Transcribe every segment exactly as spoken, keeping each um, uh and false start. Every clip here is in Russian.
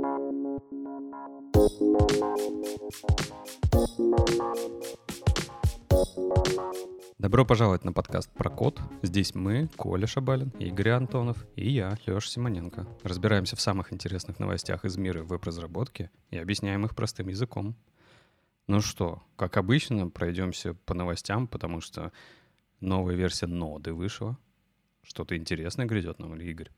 Добро пожаловать на подкаст про код. Здесь мы, Коля Шабалин, Игорь Антонов и я, Леша Симоненко. Разбираемся в самых интересных новостях из мира веб-разработки и объясняем их простым языком. Ну что, как обычно, пройдемся по новостям, потому что новая версия ноды вышла. Что-то интересное грядет нам, или Игорь?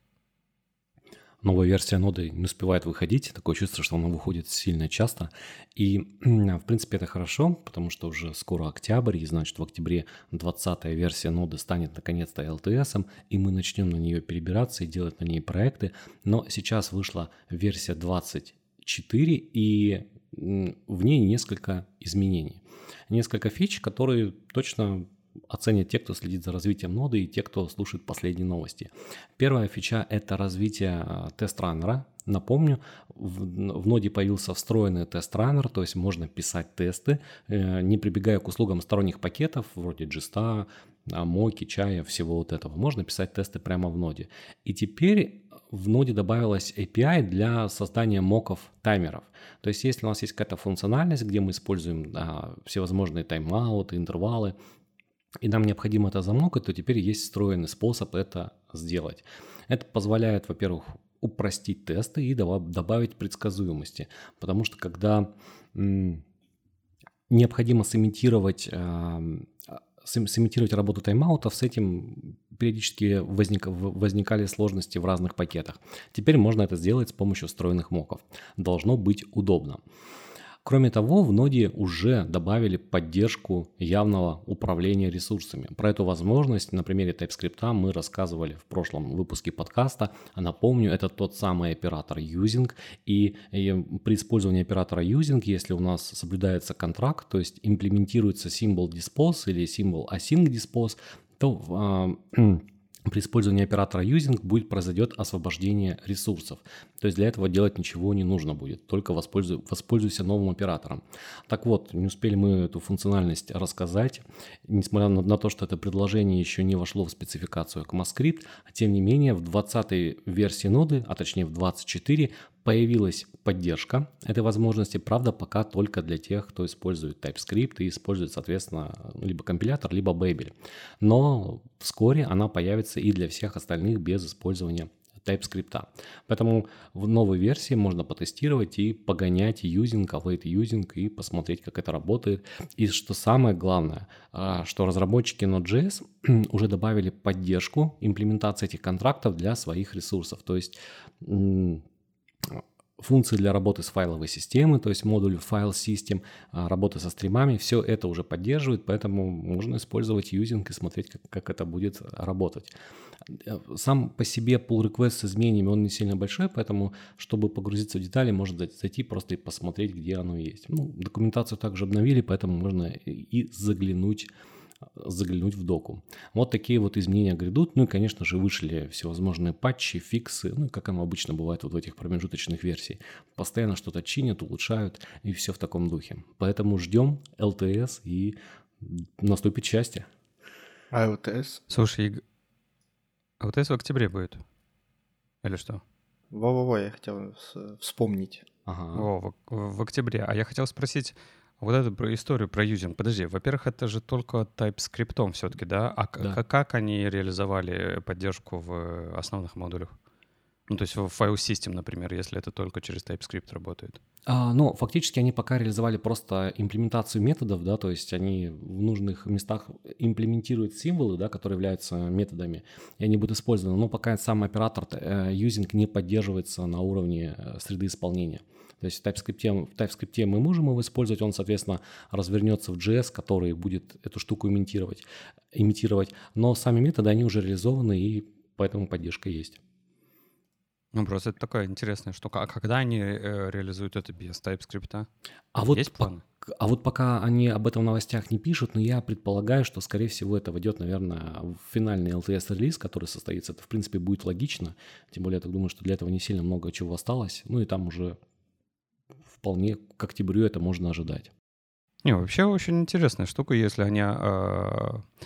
Новая версия ноды не успевает выходить. Такое чувство, что она выходит сильно часто. И, в принципе, это хорошо, потому что уже скоро октябрь, и значит, в октябре двадцатая версия ноды станет наконец-то эл ти эс, и мы начнем на нее перебираться и делать на ней проекты. Но сейчас вышла версия двадцать четыре, и в ней несколько изменений. Несколько фич, которые точно оценят те, кто следит за развитием ноды, и те, кто слушает последние новости. Первая фича – это развитие тест-раннера. Напомню, в, в ноде появился встроенный тест-раннер, то есть можно писать тесты, не прибегая к услугам сторонних пакетов, вроде джиста, моки, чая, всего вот этого. Можно писать тесты прямо в ноде. И теперь в ноде добавилась эй пи ай для создания моков таймеров. То есть если у нас есть какая-то функциональность, где мы используем а, всевозможные тайм-ауты, интервалы, и нам необходимо это замокать, то теперь есть встроенный способ это сделать. Это позволяет, во-первых, упростить тесты и добавить предсказуемости. Потому что когда м, необходимо сымитировать, э, сымитировать работу тайм-аутов, с этим периодически возник, возникали сложности в разных пакетах. Теперь можно это сделать с помощью встроенных моков. Должно быть удобно. Кроме того, в ноде уже добавили поддержку явного управления ресурсами. Про эту возможность на примере TypeScript мы рассказывали в прошлом выпуске подкаста. Напомню, это тот самый оператор using. И, и при использовании оператора using, если у нас соблюдается контракт, то есть имплементируется symbol dispose или symbol async dispose, то э, при использовании оператора using будет произойдет освобождение ресурсов. То есть для этого делать ничего не нужно будет, только воспользуй, воспользуйся новым оператором. Так вот, не успели мы эту функциональность рассказать, несмотря на, на то, что это предложение еще не вошло в спецификацию ECMAScript, тем не менее в двадцатой версии ноды, а точнее в двадцать четыре, появилась поддержка этой возможности, правда, пока только для тех, кто использует TypeScript и использует, соответственно, либо компилятор, либо Babel. Но вскоре она появится и для всех остальных без использования TypeScript. Поэтому в новой версии можно потестировать и погонять using, await using и посмотреть, как это работает. И что самое главное, что разработчики Node.js уже добавили поддержку имплементации этих контрактов для своих ресурсов. То есть функции для работы с файловой системой, то есть модуль File System, работы со стримами, все это уже поддерживает, поэтому можно использовать юзинг и смотреть, как, как это будет работать. Сам по себе pull request с изменениями, он не сильно большой, поэтому, чтобы погрузиться в детали, можно зайти просто и посмотреть, где оно есть. Ну, документацию также обновили, поэтому можно и заглянуть заглянуть в доку. Вот такие вот изменения грядут. Ну и, конечно же, вышли всевозможные патчи, фиксы, ну, как оно обычно бывает вот в этих промежуточных версиях. Постоянно что-то чинят, улучшают, и все в таком духе. Поэтому ждем эл ти эс, и наступит счастье. А эл ти эс? Слушай, эл ти эс в октябре будет? Или что? Во-во-во, я хотел вспомнить. Ага. Во, в, в октябре. А я хотел спросить, вот эту про историю про юзинг. Подожди, во-первых, это же только TypeScript все-таки, да? А да. К- как они реализовали поддержку в основных модулях? Ну, то есть в File System, например, если это только через TypeScript работает. А, ну, фактически они пока реализовали просто имплементацию методов, да, то есть они в нужных местах имплементируют символы, да, которые являются методами, и они будут использованы. Но пока сам оператор э, using не поддерживается на уровне э, среды исполнения. То есть в TypeScript, в TypeScript мы можем его использовать, он, соответственно, развернется в джей эс, который будет эту штуку имитировать, имитировать. Но сами методы, они уже реализованы, и поэтому поддержка есть. Ну, просто это такая интересная штука. А когда они э, реализуют это без TypeScript? А вот, есть планы? По, а вот пока они об этом в новостях не пишут, но я предполагаю, что, скорее всего, это войдет, наверное, в финальный эл ти эс-релиз, который состоится. Это, в принципе, будет логично. Тем более, я так думаю, что для этого не сильно много чего осталось. Ну, и там уже вполне к октябрю это можно ожидать. Не, вообще очень интересная штука, если они э,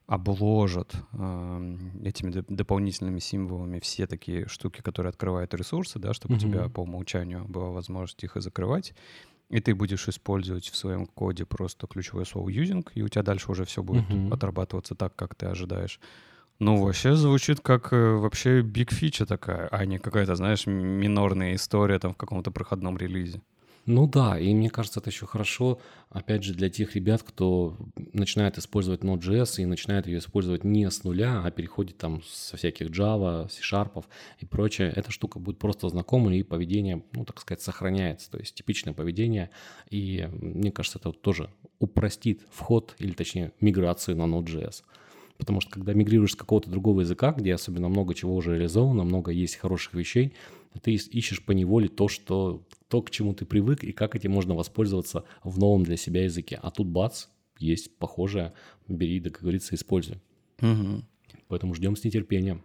обложат э, этими доп- дополнительными символами все такие штуки, которые открывают ресурсы, да, чтобы Мгм. у тебя по умолчанию была возможность их и закрывать, и ты будешь использовать в своем коде просто ключевое слово using, и у тебя дальше уже все будет Мгм. отрабатываться так, как ты ожидаешь. Ну, вообще звучит как э, вообще биг фича такая, а не какая-то, знаешь, м- минорная история там в каком-то проходном релизе. Ну да, и мне кажется, это еще хорошо, опять же, для тех ребят, кто начинает использовать Node.js и начинает ее использовать не с нуля, а переходит там со всяких Java, C-Sharp и прочее. Эта штука будет просто знакомой, и поведение, ну, так сказать, сохраняется. То есть типичное поведение. И мне кажется, это вот тоже упростит вход, или точнее миграцию на Node.js. Потому что когда мигрируешь с какого-то другого языка, где особенно много чего уже реализовано, много есть хороших вещей, ты ис- ищешь поневоле то, что, то, к чему ты привык, и как этим можно воспользоваться в новом для себя языке. А тут бац, есть похожее, бери, да, как говорится, используй. Мгм. Поэтому ждем с нетерпением.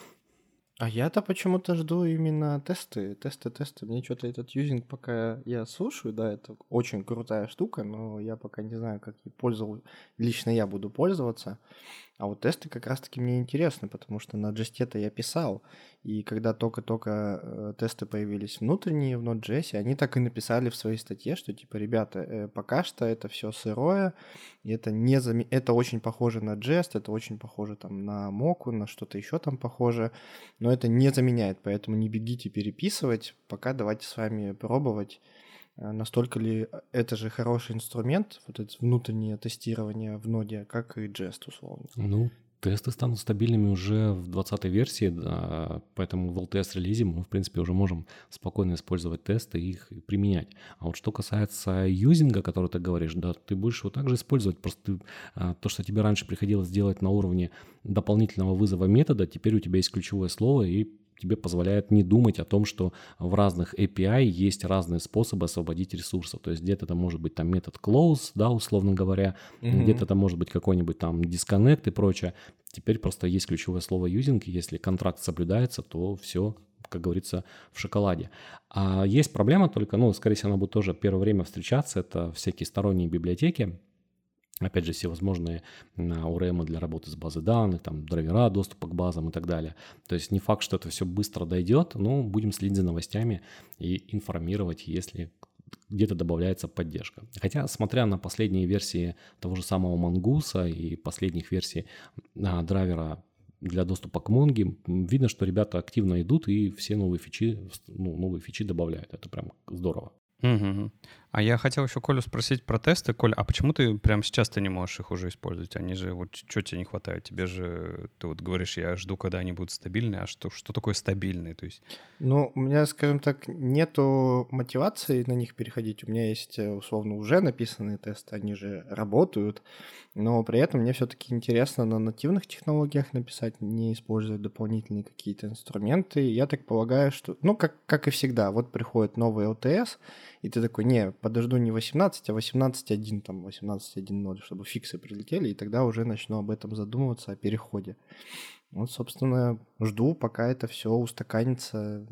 А я-то почему-то жду именно тесты, тесты, тесты. Мне что-то этот юзинг пока я слушаю, да, это очень крутая штука, но я пока не знаю, как ей пользоваться. Лично я буду пользоваться. А вот тесты как раз-таки мне интересны, потому что на джест-то я писал, и когда только-только э, тесты появились внутренние в Node.js, они так и написали в своей статье, что типа, ребята, э, пока что это все сырое, и это, не заме... это очень похоже на Jest, это очень похоже там на Moku, на что-то еще там похоже, но это не заменяет, поэтому не бегите переписывать, пока давайте с вами пробовать. А Настолько ли это же хороший инструмент, вот это внутреннее тестирование в ноде, как и Jest условно? Ну, тесты станут стабильными уже в двадцатой версии, да, поэтому в эл ти эс-релизе мы, в принципе, уже можем спокойно использовать тесты и их применять. А вот что касается юзинга, который ты говоришь, да, ты будешь его также использовать, просто ты, а, то, что тебе раньше приходилось делать на уровне дополнительного вызова метода, теперь у тебя есть ключевое слово, и тебе позволяет не думать о том, что в разных эй пи ай есть разные способы освободить ресурсов. То есть где-то это может быть там метод close, да, условно говоря, где-то это может быть какой-нибудь там disconnect и прочее. Теперь просто есть ключевое слово using, и если контракт соблюдается, то все, как говорится, в шоколаде. А есть проблема только, ну, скорее всего, она будет тоже первое время встречаться, это всякие сторонние библиотеки, опять же, всевозможные о эр эм для работы с базой данных, там, драйвера доступа к базам и так далее. То есть не факт, что это все быстро дойдет, но будем следить за новостями и информировать, если где-то добавляется поддержка. Хотя, смотря на последние версии того же самого Mongoose и последних версий а, драйвера для доступа к Монге, видно, что ребята активно идут и все новые фичи, ну, новые фичи добавляют. Это прям здорово. Мгм. А я хотел еще Колю спросить про тесты. Коль, а почему ты прямо сейчас ты не можешь их уже использовать? Они же, вот что тебе не хватает? Тебе же, ты вот говоришь, я жду, когда они будут стабильные. А что, что такое стабильные? То есть, Ну, у меня, скажем так, нету мотивации на них переходить. У меня есть, э, условно, уже написанные тесты, они же работают, но при этом мне все-таки интересно на нативных технологиях написать, не используя дополнительные какие-то инструменты. Я так полагаю, что, ну, как, как и всегда, вот приходит новый эл ти эс, и ты такой, не, подожду не восемнадцать, а восемнадцать точка один, там, восемнадцать точка один ноль, чтобы фиксы прилетели, и тогда уже начну об этом задумываться, о переходе. Вот, собственно, жду, пока это все устаканится,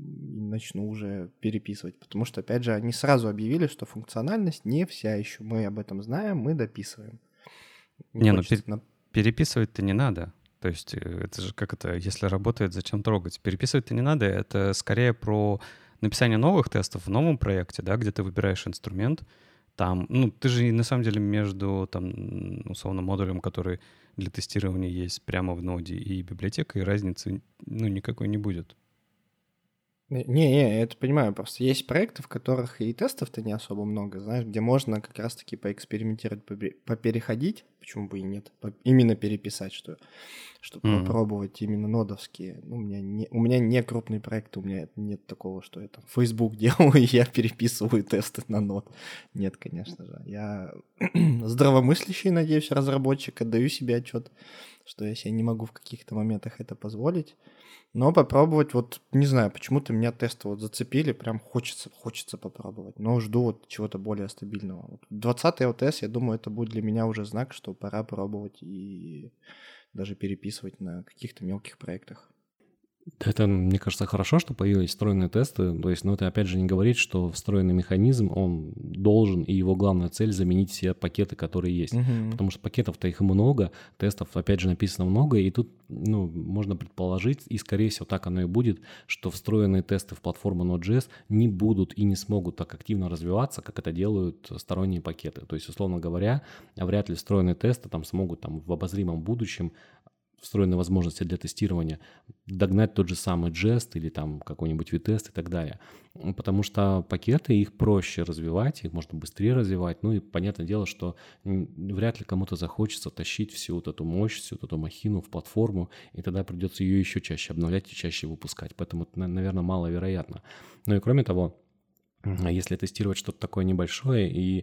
и начну уже переписывать. Потому что, опять же, они сразу объявили, что функциональность не вся еще. Мы об этом знаем, мы дописываем. Не, не, ну хочется... пер- на- переписывать-то не надо. То есть э, это же как это, если работает, зачем трогать? Переписывать-то не надо. Это скорее про написание новых тестов в новом проекте, да, где ты выбираешь инструмент. Там, ну, ты же на самом деле между, там, м, условно, модулем, который для тестирования есть прямо в ноде, и библиотекой, разницы, ну, никакой не будет. Не, не, я это понимаю, просто есть проекты, в которых и тестов-то не особо много, знаешь, где можно как раз-таки поэкспериментировать, побе- попереходить, почему бы и нет, по- именно переписать, что, чтобы Мгм. попробовать именно нодовские. Ну, у меня не, у меня не крупные проекты, у меня нет такого, что я там Facebook делаю, и я переписываю тесты на нод. Нет, конечно же. Я здравомыслящий, надеюсь, разработчик, отдаю себе отчет, что я себе не могу в каких-то моментах это позволить. Но попробовать, вот, не знаю, почему-то меня тесты вот зацепили, прям хочется, хочется попробовать, но жду вот чего-то более стабильного. Вот двадцатый эл ти эс, я думаю, это будет для меня уже знак, что пора пробовать и даже переписывать на каких-то мелких проектах. Это, мне кажется, хорошо, что появились встроенные тесты. То есть, ну, это опять же не говорит, что встроенный механизм, он должен, и его главная цель заменить все пакеты, которые есть. Мгм. Потому что пакетов-то их много, тестов, опять же, написано много, и тут, ну, можно предположить, и, скорее всего, так оно и будет, что встроенные тесты в платформу Node.js не будут и не смогут так активно развиваться, как это делают сторонние пакеты. То есть, условно говоря, вряд ли встроенные тесты там смогут там в обозримом будущем встроенные возможности для тестирования, догнать тот же самый Jest или там какой-нибудь Vitest и так далее. Потому что пакеты, их проще развивать, их можно быстрее развивать. Ну и понятное дело, что вряд ли кому-то захочется тащить всю вот эту мощь, всю вот эту махину в платформу, и тогда придется ее еще чаще обновлять и чаще выпускать. Поэтому это, наверное, маловероятно. Ну и кроме того, если тестировать что-то такое небольшое и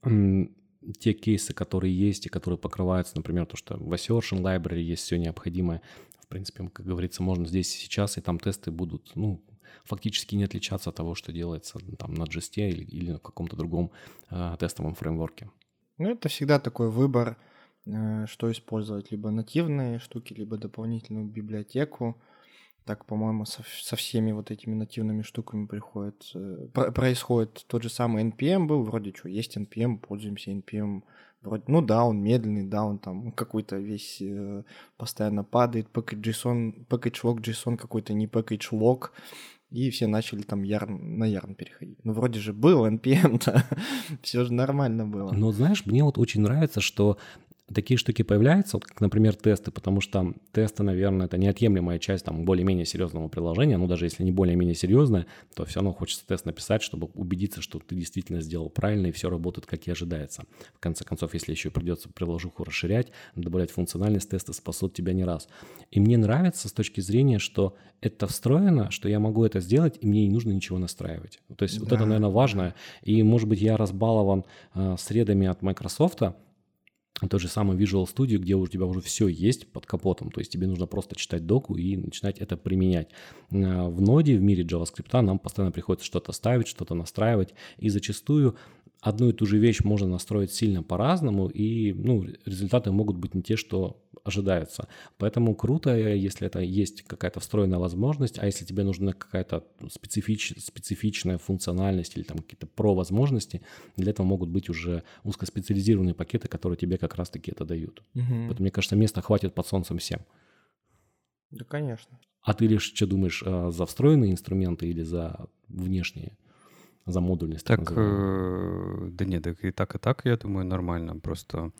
те кейсы, которые есть и которые покрываются, например, то, что в Assertion Library есть все необходимое, в принципе, как говорится, можно здесь и сейчас, и там тесты будут, ну, фактически не отличаться от того, что делается там на Jest или, или на каком-то другом э, тестовом фреймворке. Ну, это всегда такой выбор, э, что использовать, либо нативные штуки, либо дополнительную библиотеку. Так, по-моему, со, со всеми вот этими нативными штуками приходит, э, про- происходит. Тот же самый эн пи эм был, вроде что, есть эн пи эм, пользуемся эн пи эм. Вроде, ну да, он медленный, да, он там какой-то весь э, постоянно падает, package.json, package.log.json какой-то не package.log, и все начали там yarn, на yarn переходить. Ну, вроде же был эн пи эм-то, все же нормально было. Но, знаешь, мне вот очень нравится, что такие штуки появляются, вот как, например, тесты, потому что тесты, наверное, это неотъемлемая часть там более-менее серьезного приложения, но даже если не более-менее серьезное, то все равно хочется тест написать, чтобы убедиться, что ты действительно сделал правильно и все работает, как и ожидается. В конце концов, если еще придется приложуху расширять, добавлять функциональность, тесты спасут тебя не раз. И мне нравится с точки зрения, что это встроено, что я могу это сделать, и мне не нужно ничего настраивать. То есть да, вот это, наверное, важно. И, может быть, я разбалован э, средами от Microsoft, тот же самый Visual Studio, где у тебя уже все есть под капотом, то есть тебе нужно просто читать доку и начинать это применять. В ноде, в мире JavaScript нам постоянно приходится что-то ставить, что-то настраивать, и зачастую одну и ту же вещь можно настроить сильно по-разному, и ну, результаты могут быть не те, что ожидаются. Поэтому круто, если это есть какая-то встроенная возможность, а если тебе нужна какая-то специфич, специфичная функциональность или там какие-то про-возможности, для этого могут быть уже узкоспециализированные пакеты, которые тебе как раз-таки это дают. Угу. Поэтому, мне кажется, места хватит под солнцем всем. Да, конечно. А ты лишь что думаешь, за встроенные инструменты или за внешние? За модульность. Так, так э, да нет, так и так, и так, я думаю, нормально. Просто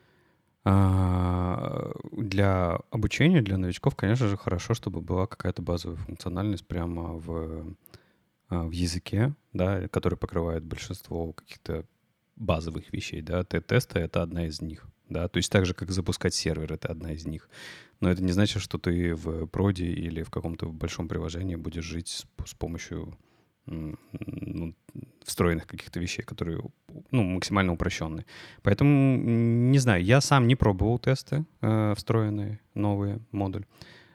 а, для обучения, для новичков, конечно же, хорошо, чтобы была какая-то базовая функциональность прямо в, в языке, да, который покрывает большинство каких-то базовых вещей, да. Т-тесты — это одна из них, да. То есть так же, как запускать сервер — это одна из них. Но это не значит, что ты в проде или в каком-то большом приложении будешь жить с, с помощью ну, встроенных каких-то вещей, которые ну, максимально упрощенные. Поэтому, не знаю, я сам не пробовал тесты э, встроенные, новые, модуль.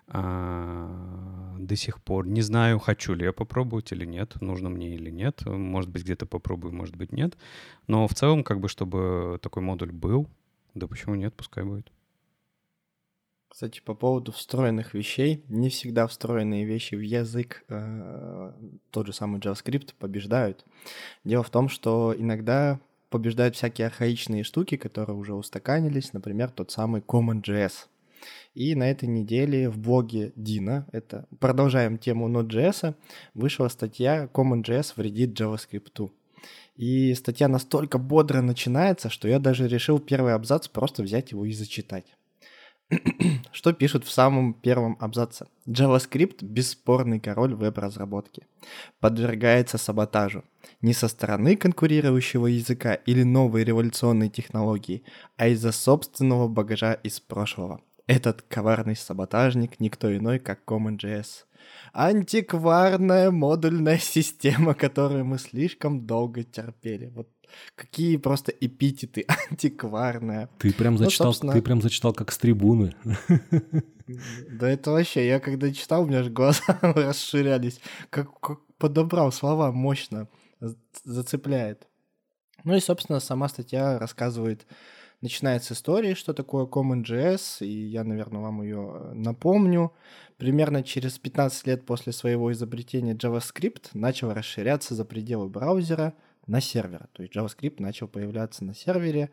А, до сих пор не знаю, хочу ли я попробовать или нет, нужно мне или нет. Может быть, где-то попробую, может быть, нет. Но в целом, как бы, чтобы такой модуль был, да почему нет, пускай будет. Кстати, по поводу встроенных вещей, не всегда встроенные вещи в язык, э, тот же самый JavaScript, побеждают. Дело в том, что иногда побеждают всякие архаичные штуки, которые уже устаканились, например, тот самый CommonJS. И на этой неделе в блоге Дина, это продолжаем тему Node.js, вышла статья «CommonJS вредит JavaScript». И статья настолько бодро начинается, что я даже решил первый абзац просто взять его и зачитать. Что пишут в самом первом абзаце? JavaScript – бесспорный король веб-разработки. Подвергается саботажу. Не со стороны конкурирующего языка или новой революционной технологии, а из-за собственного багажа из прошлого. Этот коварный саботажник никто иной, как CommonJS. Антикварная модульная система, которую мы слишком долго терпели. Вот какие просто эпитеты, антикварная. Ты прям зачитал, ну, собственно... ты прям зачитал как с трибуны. Да это вообще, я когда читал, у меня аж глаза расширялись. Как, как подобрал слова мощно, зацепляет. Ну и, собственно, сама статья рассказывает начинается история, что такое CommonJS, и я, наверное, вам ее напомню. Примерно через пятнадцать лет после своего изобретения JavaScript начал расширяться за пределы браузера на сервер. То есть JavaScript начал появляться на сервере.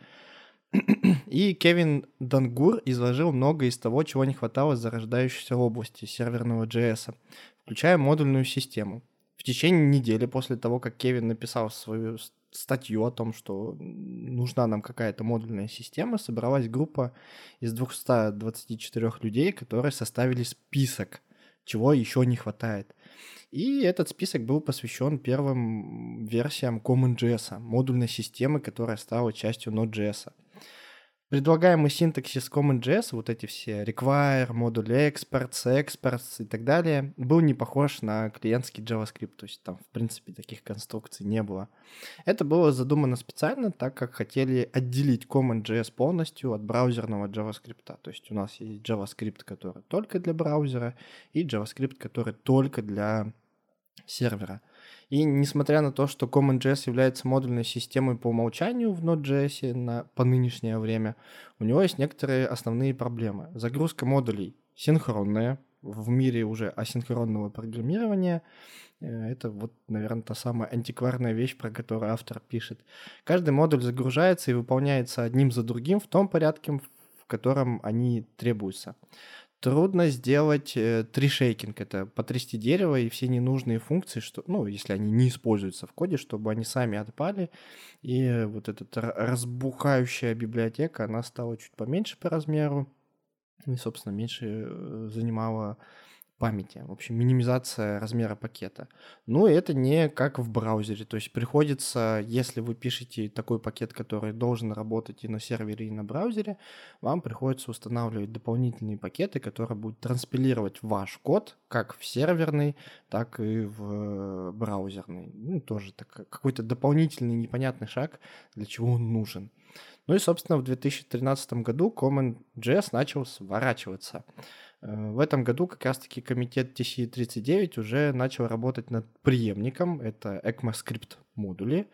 И Кевин Дангур изложил много из того, чего не хватало в зарождающейся области серверного джей эс, включая модульную систему. В течение недели после того, как Кевин написал свою статью о том, что нужна нам какая-то модульная система, собралась группа из двухсот двадцати четырёх людей, которые составили список, чего еще не хватает. И этот список был посвящен первым версиям CommonJS, модульной системы, которая стала частью Node.js. Предлагаемый синтаксис CommonJS, вот эти все require, модуль exports, exports и так далее, был не похож на клиентский JavaScript, то есть там, в принципе, таких конструкций не было. Это было задумано специально, так как хотели отделить CommonJS полностью от браузерного JavaScript. То есть у нас есть JavaScript, который только для браузера, и JavaScript, который только для сервера. И несмотря на то, что CommonJS является модульной системой по умолчанию в Node.js на, по нынешнее время, у него есть некоторые основные проблемы. Загрузка модулей синхронная, в мире уже асинхронного программирования. Это вот, наверное, та самая антикварная вещь, про которую автор пишет. Каждый модуль загружается и выполняется одним за другим в том порядке, в котором они требуются. Трудно сделать э, трешейкинг, это потрясти дерево и все ненужные функции, что, ну, если они не используются в коде, чтобы они сами отпали, и вот эта разбухающая библиотека, она стала чуть поменьше по размеру, и, собственно, меньше э, занимала памяти. В общем, минимизация размера пакета. Ну, это не как в браузере. То есть приходится, если вы пишете такой пакет, который должен работать и на сервере, и на браузере, вам приходится устанавливать дополнительные пакеты, которые будут транспилировать ваш код как в серверный, так и в браузерный. Ну, тоже так, какой-то дополнительный непонятный шаг, для чего он нужен. Ну и, собственно, в две тысячи тринадцатом году CommonJS начал сворачиваться. В этом году как раз-таки комитет ти си тридцать девять уже начал работать над преемником, это ECMAScript модули,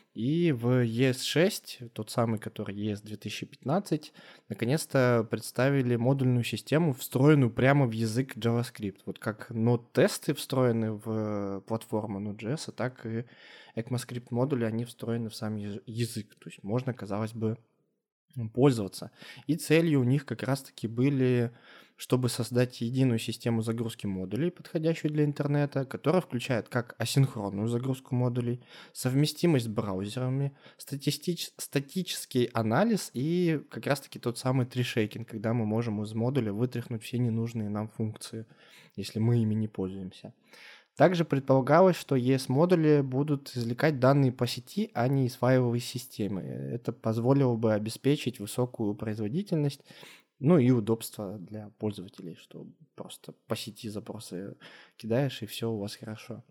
и в и эс шесть, тот самый, который и эс две тысячи пятнадцать, наконец-то представили модульную систему, встроенную прямо в язык JavaScript. Вот как Node-тесты встроены в платформу Node.js, так и ECMAScript модули, они встроены в сам язык, то есть можно, казалось бы, пользоваться. И целью у них как раз-таки были, чтобы создать единую систему загрузки модулей, подходящую для интернета, которая включает как асинхронную загрузку модулей, совместимость с браузерами, статистич... статический анализ и как раз-таки тот самый трешейкинг, когда мы можем из модуля вытряхнуть все ненужные нам функции, если мы ими не пользуемся. Также предполагалось, что и эс-модули будут извлекать данные по сети, а не из файловой системы. Это позволило бы обеспечить высокую производительность, ну и удобство для пользователей, что просто по сети запросы кидаешь, и все у вас хорошо.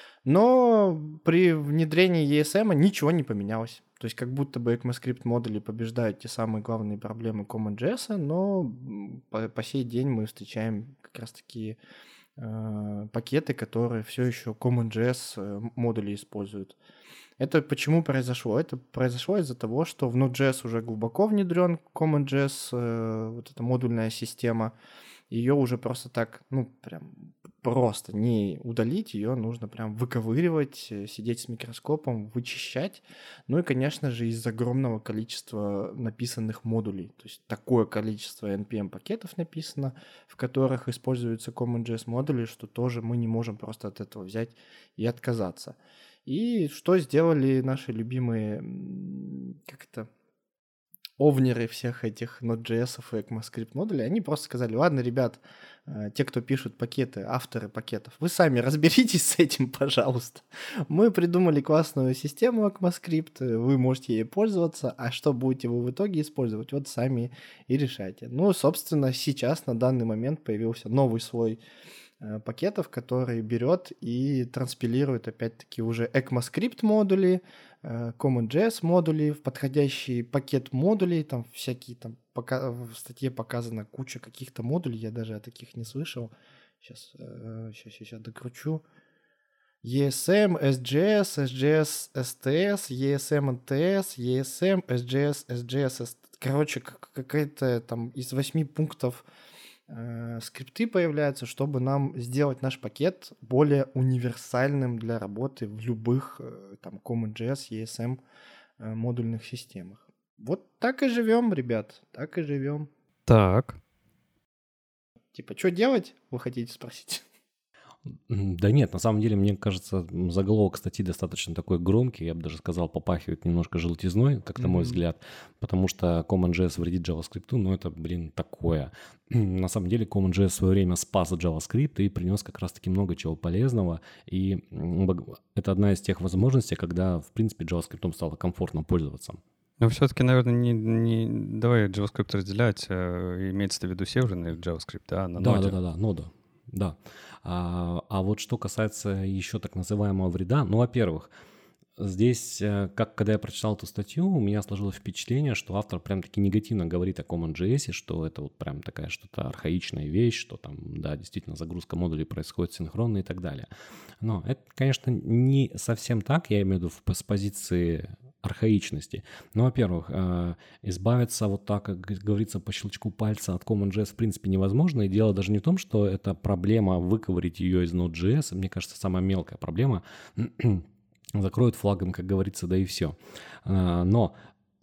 Но при внедрении и эс эм ничего не поменялось. То есть как будто бы ECMAScript модули побеждают те самые главные проблемы CommonJS, но по, по сей день мы встречаем как раз-таки э, пакеты, которые все еще CommonJS модули используют. Это почему произошло? Это произошло из-за того, что в Node.js уже глубоко внедрен CommonJS, э, вот эта модульная система. Ее уже просто так, ну, прям просто не удалить, ее нужно прям выковыривать, сидеть с микроскопом, вычищать. Ну и, конечно же, из огромного количества написанных модулей. То есть такое количество эн пи эм-пакетов написано, в которых используются CommonJS модули, что тоже мы не можем просто от этого взять и отказаться. И что сделали наши любимые, как это, овнеры всех этих Node.js и ECMAScript модулей? Они просто сказали: ладно, ребят, те, кто пишут пакеты, авторы пакетов, вы сами разберитесь с этим, пожалуйста. Мы придумали классную систему ECMAScript, вы можете ей пользоваться, а что будете вы в итоге использовать, вот сами и решайте. Ну, собственно, сейчас на данный момент появился новый слой пакетов, который берет и транспилирует, опять-таки, уже ECMAScript модули, CommonJS модули, в подходящий пакет модулей, там всякие, там пока, в статье показана куча каких-то модулей, я даже о таких не слышал. Сейчас, сейчас, сейчас докручу. и эс эм, эс джи эс, эс джи эс, эс ти эс, и эс эм эн ти эс, и эс эм, эс джи эс, эс джи эс, короче, как- какая-то там из восьми пунктов э, скрипты появляются, чтобы нам сделать наш пакет более универсальным для работы в любых э, там CommonJS, и эс эм э, модульных системах. Вот так и живем, ребят, так и живем. Так. Типа, что делать, вы хотите спросить? М, Да нет, на самом деле, мне кажется, м, заголовок статьи достаточно такой громкий, я бы даже сказал, попахивает немножко желтизной, как на мой Мгм. взгляд, потому что CommonJS вредит JavaScript, ну это, блин, такое. На самом деле CommonJS в свое время спас JavaScript и принес как раз-таки много чего полезного, и м, бог- это одна из тех возможностей, когда, в принципе, JavaScript стало комфортно пользоваться. Но все-таки, наверное, не, не давай JavaScript разделять. э, Имеется в виду северный JavaScript, да, на Да, да, ноде. да, да, нода, да. А, а вот что касается еще так называемого вреда, ну, во-первых, здесь, э, как когда я прочитал эту статью, у меня сложилось впечатление, что автор прям-таки негативно говорит о CommonJS, что это вот прям такая что-то архаичная вещь, что там, да, действительно загрузка модулей происходит синхронно и так далее. Но это, конечно, не совсем так, я имею в виду в- с позиции архаичности. Ну, во-первых, э, избавиться вот так, как г- говорится, по щелчку пальца от CommonJS в принципе невозможно. И дело даже не в том, что это проблема выковырить ее из Node.js. Мне кажется, самая мелкая проблема закроют флагом, как говорится, да и все. Но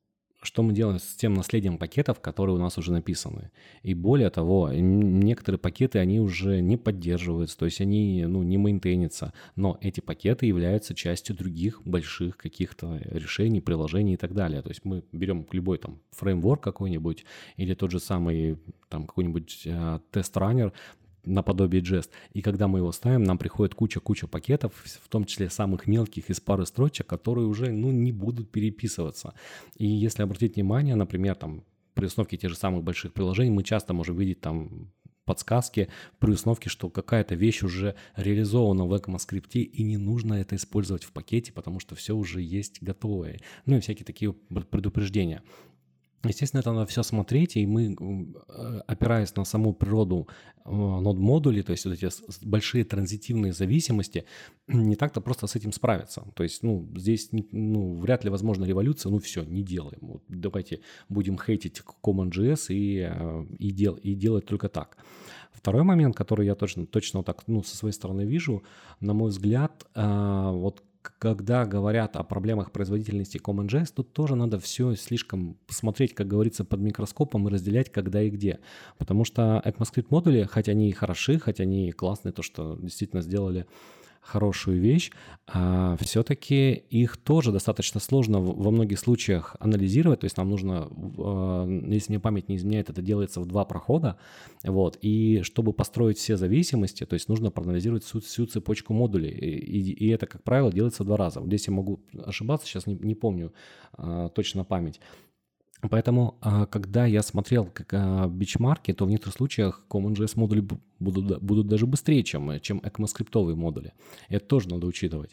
что мы делаем с тем наследием пакетов, которые у нас уже написаны? И более того, н- некоторые пакеты, они уже не поддерживаются, то есть они ну, не мейнтейнятся, но эти пакеты являются частью других больших каких-то решений, приложений и так далее. То есть мы берем любой там фреймворк какой-нибудь или тот же самый там какой-нибудь э, тест-раннер, наподобие Jest. И когда мы его ставим, нам приходит куча-куча пакетов, в том числе самых мелких из пары строчек, которые уже ну, не будут переписываться. И если обратить внимание, например, там, при установке тех же самых больших приложений, мы часто можем видеть там подсказки при установке, что какая-то вещь уже реализована в ECMAScript, и не нужно это использовать в пакете, потому что все уже есть готовое. Ну и всякие такие предупреждения. Естественно, это надо все смотреть, и мы, э, опираясь на саму природу э, нод-модулей, то есть вот эти с- с- большие транзитивные зависимости, не так-то просто с этим справиться. То есть, ну, здесь не- ну, вряд ли возможна революция, ну все, не делаем. Вот давайте будем хейтить CommonJS и, э, и, дел, и делать только так. Второй момент, который я точно, точно вот так, ну, со своей стороны вижу, на мой взгляд, э, вот к- когда говорят о проблемах производительности CommonJS, тут тоже надо все слишком смотреть, как говорится, под микроскопом и разделять, когда и где. Потому что ECMAScript модули, хоть они и хороши, хоть они и классные, то, что действительно сделали хорошую вещь, а все-таки их тоже достаточно сложно в- во многих случаях анализировать, то есть нам нужно, э, если мне память не изменяет, это делается в два прохода, вот, и чтобы построить все зависимости, то есть нужно проанализировать всю, всю цепочку модулей, и, и- и это, как правило, делается в два раза. Вот здесь я могу ошибаться, сейчас не, не помню э, точно память. Поэтому, а, когда я смотрел как, а, бичмарки, то в некоторых случаях CommonJS модули бу- будут, да- будут даже быстрее, чем, э, чем ECMAScript модули. Это тоже надо учитывать.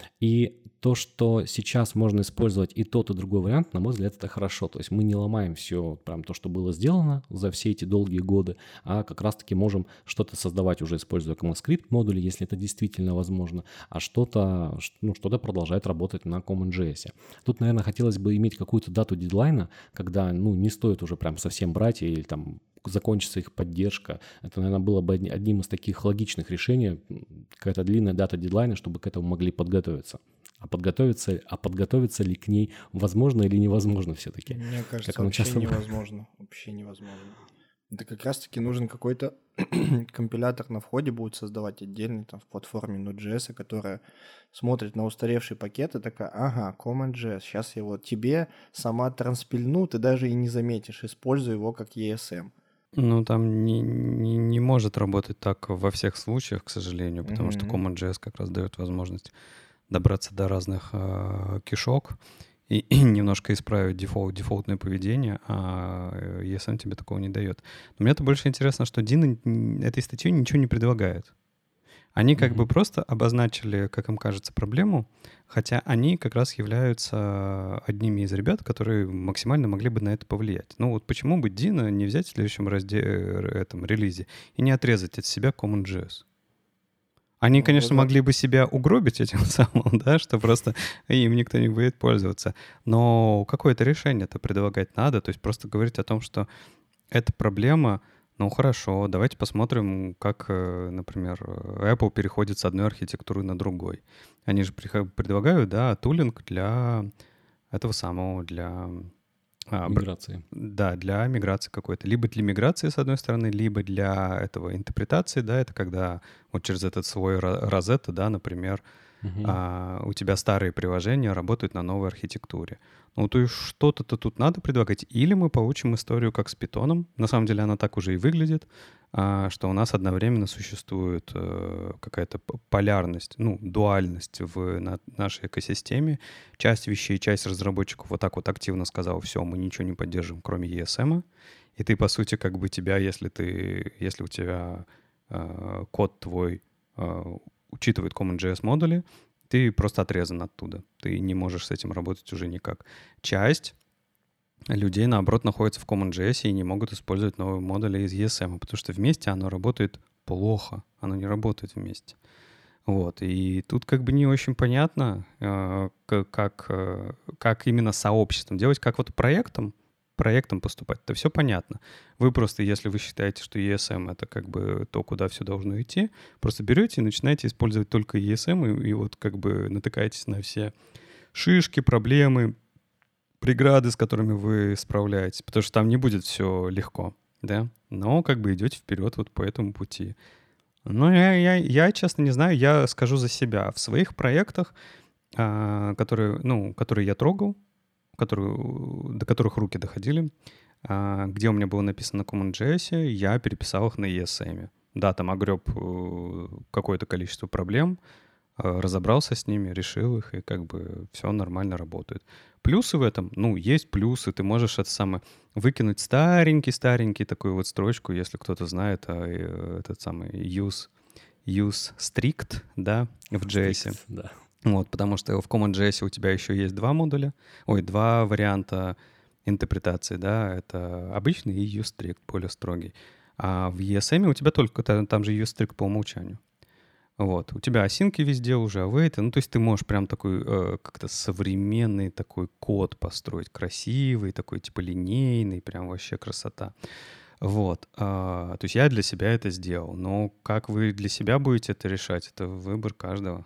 И то, что сейчас можно использовать и тот, и другой вариант, на мой взгляд, это хорошо. То есть мы не ломаем все, прям то, что было сделано за все эти долгие годы, а как раз-таки можем что-то создавать уже, используя ECMAScript модули, если это действительно возможно, а что-то, ш- ну, что-то продолжает работать на CommonJS. Тут, наверное, хотелось бы иметь какую-то дату дедлайна, когда, ну, не стоит уже прям совсем брать или там закончится их поддержка. Это, наверное, было бы одни- одним из таких логичных решений, м, какая-то длинная дата дедлайна, чтобы к этому могли подготовиться. А подготовиться, а подготовиться ли к ней возможно или невозможно все-таки? Мне кажется, Как оно вообще часто бывает. невозможно. Вообще невозможно. Это как раз-таки нужен какой-то компилятор на входе будет создавать отдельный там в платформе Node.js, которая смотрит на устаревший пакет и такая, ага, CommonJS, сейчас я его тебе сама транспильну, ты даже и не заметишь, используй его как и эс эм. Ну, там не, не, не может работать так во всех случаях, к сожалению, потому что Мгм. CommonJS как раз дает возможность добраться до разных э, кишок и, и немножко исправить дефолт, дефолтное поведение, а э, и эс эм тебе такого не дает. Но мне-то больше интересно, что Дина н- этой статьей ничего не предлагает. Они как бы Мгм. просто обозначили, как им кажется, проблему, хотя они как раз являются одними из ребят, которые максимально могли бы на это повлиять. Ну вот почему бы Дина не взять в следующем разде- э, этом релизе и не отрезать от себя CommonJS? Они, Ну, конечно, да. могли бы себя угробить этим самым, да, что просто им никто не будет пользоваться. Но какое-то решение-то предлагать надо. То есть просто говорить о том, что эта проблема, ну хорошо, давайте посмотрим, как, э, например, э, Apple переходит с одной архитектуры на другой. Они же прихо- предлагают, да, тулинг для этого самого, для... а, бр- Миграции. да, для миграции какой-то. Либо для миграции, с одной стороны, либо для этого интерпретации, да, это когда вот через этот свой ро- Rosetta, да, например, Мгм. а, у тебя старые приложения работают на новой архитектуре. Ну, то есть что-то-то тут надо предлагать. Или мы получим историю, как с питоном. На самом деле она так уже и выглядит, а, что у нас одновременно существует э, какая-то п- полярность, ну, дуальность в на- нашей экосистеме. Часть вещей, часть разработчиков вот так вот активно сказал, все, мы ничего не поддержим, кроме и эс эм. И ты, по сути, как бы тебя, если ты, если у тебя э, код твой э, учитывает CommonJS модули, ты просто отрезан оттуда. Ты не можешь с этим работать уже никак. Часть людей, наоборот, находится в CommonJS и не могут использовать новые модули из и эс эм, потому что вместе оно работает плохо. Оно не работает вместе. Вот. И тут как бы не очень понятно, э, к- как, э, как именно сообществом делать, как вот проектом, проектом поступать. Это все понятно. Вы просто, если вы считаете, что и эс эм — это как бы то, куда все должно идти, просто берете и начинаете использовать только и эс эм, и, и вот как бы натыкаетесь на все шишки, проблемы, преграды, с которыми вы справляетесь, потому что там не будет все легко, да, но как бы идете вперед вот по этому пути. Ну, я, я, я, честно, не знаю, я скажу за себя. В своих проектах, а, которые, ну, которые я трогал, которые, до которых руки доходили, а, где у меня было написано на CommonJS, я переписал их на и эс эм. Да, там огреб э, какое-то количество проблем, э, разобрался с ними, решил их, и как бы все нормально работает. Плюсы в этом, ну, есть плюсы. Ты можешь это самое выкинуть старенький-старенький такую вот строчку, если кто-то знает, а, э, этот самый use, use strict, да, в джей эс. Strict, да. Вот, потому что в CommonJS у тебя еще есть два модуля, ой, два варианта интерпретации, да, это обычный и use strict, более строгий. А в и эс эм у тебя только, та- там же use strict по умолчанию. Вот, у тебя осинки везде уже, await, ну, то есть ты можешь прям такой э, как-то современный такой код построить, красивый, такой типа линейный, прям вообще красота. Вот, а, то есть я для себя это сделал, но как вы для себя будете это решать, это выбор каждого.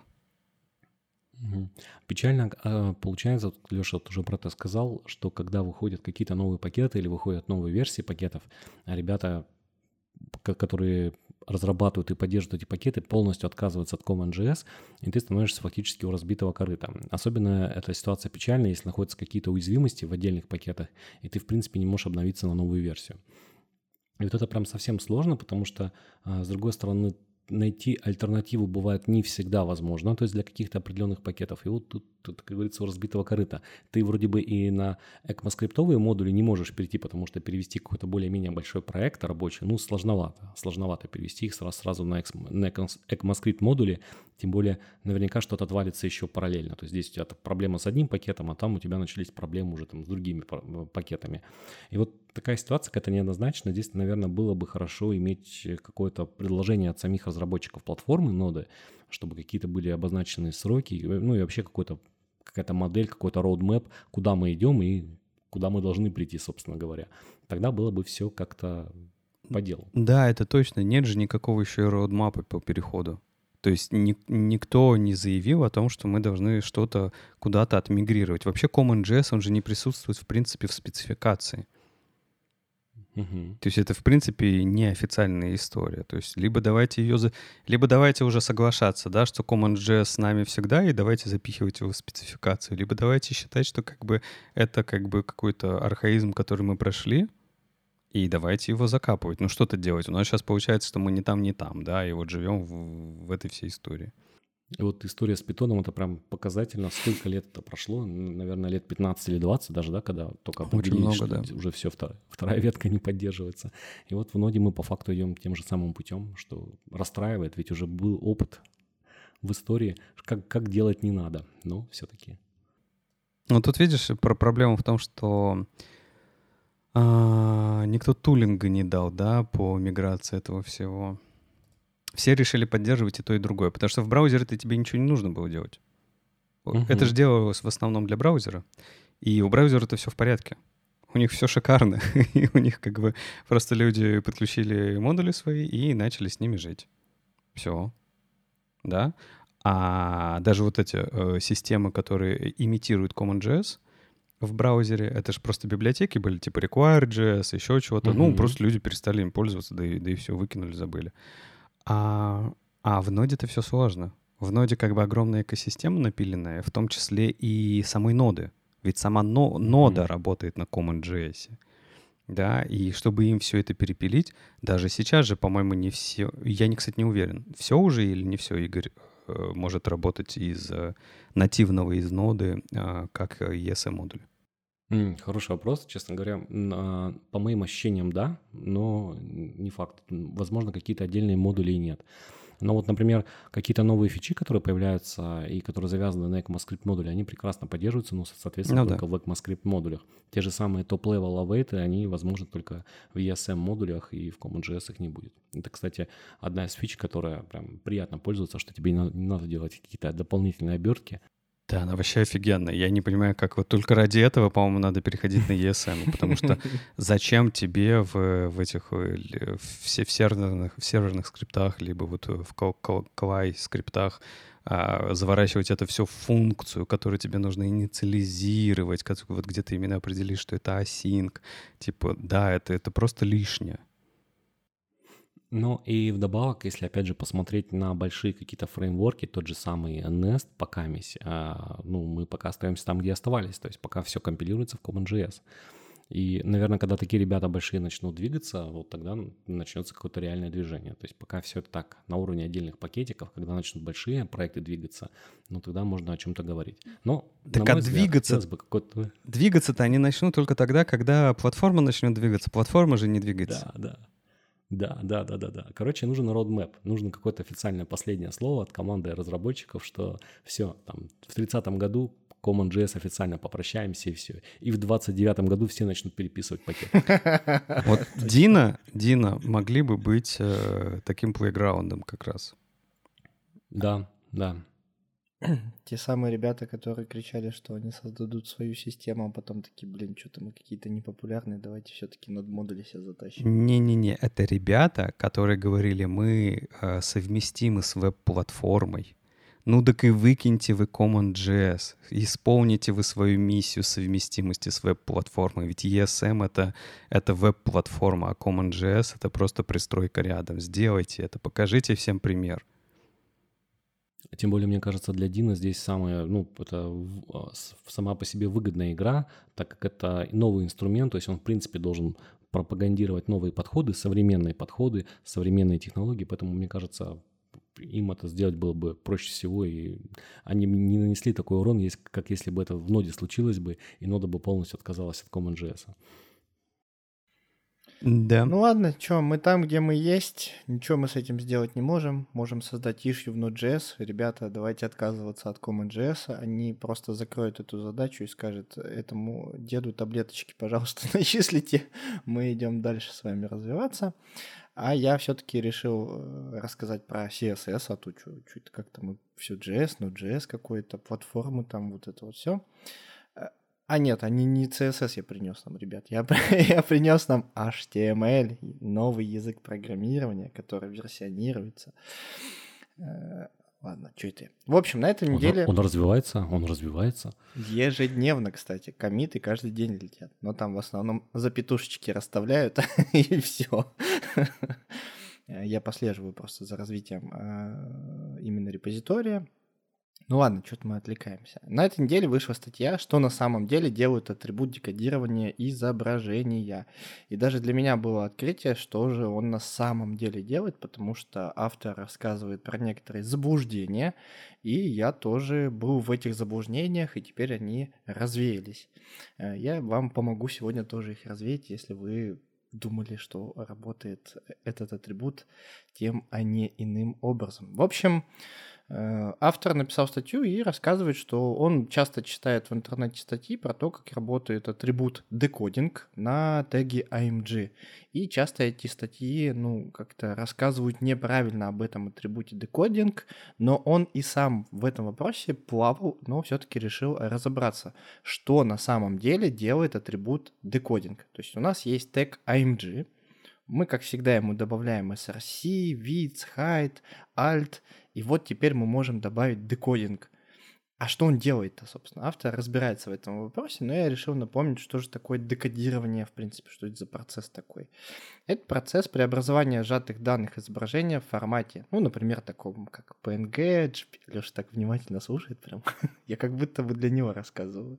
Мгм. Печально а, получается, вот Леша уже про это сказал, что когда выходят какие-то новые пакеты или выходят новые версии пакетов, а ребята, ко- которые разрабатывают и поддерживают эти пакеты, полностью отказываются от CommonJS, и ты становишься фактически у разбитого корыта. Особенно эта ситуация печальна, если находятся какие-то уязвимости в отдельных пакетах, и ты, в принципе, не можешь обновиться на новую версию. И вот это прям совсем сложно, потому что, а, с другой стороны, найти альтернативу бывает не всегда возможно, то есть для каких-то определенных пакетов. И вот тут, тут, как говорится, у разбитого корыта. Ты вроде бы и на ECMAScript модули не можешь перейти, потому что перевести какой-то более-менее большой проект рабочий, ну, сложновато. Сложновато перевести их сразу, сразу на, экс- на ECMAScript модули, тем более наверняка что-то отвалится еще параллельно. То есть здесь у тебя проблема с одним пакетом, а там у тебя начались проблемы уже там с другими па- пакетами. И вот такая ситуация какая-то неоднозначная. Здесь, наверное, было бы хорошо иметь какое-то предложение от самих разработчиков платформы ноды, чтобы какие-то были обозначены сроки, ну и вообще какой-то, какая-то модель, какой-то roadmap, куда мы идем и куда мы должны прийти, собственно говоря. Тогда было бы все как-то по делу. Да, это точно. Нет же никакого еще и роудмапа по переходу. То есть ни- никто не заявил о том, что мы должны что-то куда-то отмигрировать. Вообще CommonJS, он же не присутствует, в принципе, в спецификации. Мгм. То есть это, в принципе, неофициальная история. То есть либо давайте ее... За... Либо давайте уже соглашаться, да, что CommonJS с нами всегда, и давайте запихивать его в спецификацию. Либо давайте считать, что как бы это как бы какой-то архаизм, который мы прошли, и давайте его закапывать. Ну что-то делать. У нас сейчас получается, что мы не там, не там, да, и вот живем в, в этой всей истории. И вот история с питоном, это прям показательно, сколько лет это прошло, Н- наверное, лет пятнадцать или двадцать даже, да, когда только Очень определились, много, что да. уже все, вторая, вторая ветка не поддерживается. И вот в ноде мы по факту идем тем же самым путем, что расстраивает, ведь уже был опыт в истории, как, как делать не надо, но все-таки. Ну тут видишь, про проблема в том, что а, никто тулинга не дал, да, по миграции этого всего. все решили поддерживать и то, и другое, потому что в браузере-то тебе ничего не нужно было делать. Мгм. Это же делалось в основном для браузера, и у браузера-то все в порядке. У них все шикарно, и у них как бы просто люди подключили модули свои и начали с ними жить. Все, да. А даже вот эти э, системы, которые имитируют CommonJS в браузере, это же просто библиотеки были, типа Require.js, еще чего-то. Ну, Мгм. просто люди перестали им пользоваться, да и, да и все, выкинули, забыли. А, а в ноде это все сложно. В ноде как бы огромная экосистема напиленная, в том числе и самой ноды. Ведь сама но- нода Мгм. работает на CommonJS. Да, и чтобы им все это перепилить, даже сейчас же, по-моему, не все... Я, не, кстати, не уверен, все уже или не все, Игорь, э, может работать из э, нативного, из ноды, э, как и эс эм-модуль. М, Хороший вопрос, честно говоря. М, а, По моим ощущениям, да, но не факт. М, Возможно, какие-то отдельные модули и нет. Но вот, например, какие-то новые фичи, которые появляются и которые завязаны на ECMAScript модуле, они прекрасно поддерживаются, ну, соответственно, Ну да. только в ECMAScript модулях. Те же самые топ-level await, они возможны только в и эс эм модулях, и в CommonJS их не будет. Это, кстати, одна из фич, которая прям приятно пользоваться, что тебе не надо, не надо делать какие-то дополнительные обертки. Да, она вообще офигенная. Я не понимаю, как вот только ради этого, по-моему, надо переходить на и эс эм, потому что зачем тебе в, в этих э, л- в, се- в серверных, в серверных скриптах, либо вот в квай скриптах а, заворачивать это все в функцию, которую тебе нужно инициализировать, как- вот где ты именно определишь, что это async. Типа, да, это, это просто лишнее. Ну и вдобавок, если опять же посмотреть на большие какие-то фреймворки, тот же самый Nest пока месь, а, ну мы пока остаемся там, где оставались, то есть пока все компилируется в CommonJS. И, наверное, когда такие ребята большие начнут двигаться, вот тогда начнется какое-то реальное движение. То есть пока все это так, на уровне отдельных пакетиков, когда начнут большие проекты двигаться, ну тогда можно о чем-то говорить. Но, Так на а мой взгляд, двигаться, хотелось бы какой-то... двигаться-то они начнут только тогда, когда платформа начнет двигаться. Платформа же не двигается. Да, да. Да, да, да, да, да. Короче, нужен roadmap, нужно какое-то официальное последнее слово от команды разработчиков, что все, там, в тридцатом году CommonJS официально попрощаемся и все. И в двадцать девятом году все начнут переписывать пакет. Вот Дина, Дина могли бы быть э, таким плейграундом как раз. Да, да. Те самые ребята, которые кричали, что они создадут свою систему, а потом такие, блин, что-то мы какие-то непопулярные, давайте все-таки над модули себя затащим. Не-не-не, это ребята, которые говорили, мы э, совместимы с веб-платформой. Ну так и выкиньте вы CommonJS, исполните вы свою миссию совместимости с веб-платформой. Ведь и эс эм это, это веб-платформа, а CommonJS это просто пристройка рядом. Сделайте это, покажите всем пример. Тем более, мне кажется, для Дина здесь самая, ну, это в- а, с- сама по себе выгодная игра, так как это новый инструмент, то есть он, в принципе, должен пропагандировать новые подходы, современные подходы, современные технологии, поэтому, мне кажется, им это сделать было бы проще всего, и они не нанесли такой урон, есть- как если бы это в ноде случилось бы, и нода бы полностью отказалась от CommonJS. Да. Ну ладно, что, мы там, где мы есть, ничего мы с этим сделать не можем. Можем создать issue в Node.js. Ребята, давайте отказываться от CommonJS. Они просто закроют эту задачу и скажут этому деду таблеточки, пожалуйста, начислите. Мы идем дальше с вами развиваться. А я все-таки решил э, рассказать про си эс эс, а то чуть как-то мы все джей эс, Node.js какой-то, платформы там, вот это вот все. А нет, они не си эс эс я принес нам, ребят. Я, я принес нам эйч ти эм эль, новый язык программирования, который версионируется. Э, Ладно, что это? В общем, на этой Он, неделе он развивается, он развивается. ежедневно, кстати, коммиты каждый день летят. Но там в основном запятушечки расставляют, и все. Я послеживаю просто за развитием э, именно репозитория. Ну ладно, что-то мы отвлекаемся. На этой неделе вышла статья, что на самом деле делают атрибут декодирования изображения. И даже для меня было открытие, что же он на самом деле делает, потому что автор рассказывает про некоторые заблуждения, и я тоже был в этих заблуждениях, и теперь они развеялись. Э, Я вам помогу сегодня тоже их развеять, если вы думали, что работает этот атрибут тем, а не иным образом. В общем, Э, Автор написал статью и рассказывает, что он часто читает в интернете статьи про то, как работает атрибут декодинг на теге эй эм джи. И часто эти статьи, ну, как-то рассказывают неправильно об этом атрибуте декодинг, но он и сам в этом вопросе плавал, но все-таки решил разобраться, что на самом деле делает атрибут декодинг. То есть у нас есть тег эй эм джи, мы, как всегда, ему добавляем эс эр си, width, height, alt, и вот теперь мы можем добавить декодинг. А что он делает-то, собственно? Автор разбирается в этом вопросе, но я решил напомнить, что же такое декодирование, в принципе, что это за процесс такой. Это процесс преобразования сжатых данных изображения в формате, ну, например, таком, как пи эн джи, джей пи джи. Леша так внимательно слушает прям. Я как будто бы для него рассказываю.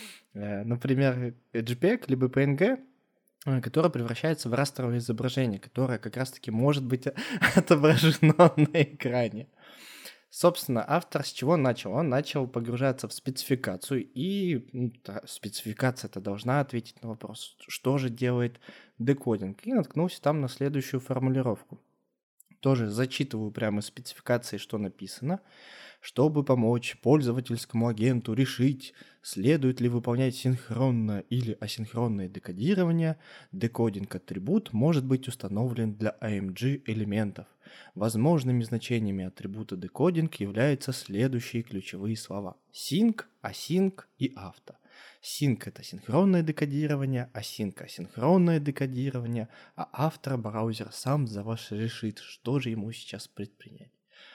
Например, джей пи джи либо пи эн джи, которое превращается в растровое изображение, которое как раз-таки может быть отображено на экране. Собственно, автор с чего начал? Он начал погружаться в спецификацию, и ну, та, спецификация-то должна ответить на вопрос, что же делает декодинг, и наткнулся там на следующую формулировку. Тоже зачитываю прямо из спецификации, что написано. Чтобы помочь пользовательскому агенту решить, следует ли выполнять синхронное или асинхронное декодирование, декодинг-атрибут может быть установлен для эй эм джи элементов. Возможными значениями атрибута декодинг являются следующие ключевые слова: sync, async и auto. Sync — это синхронное декодирование, async — асинхронное декодирование, а автор браузер сам за вас решит, что же ему сейчас предпринять.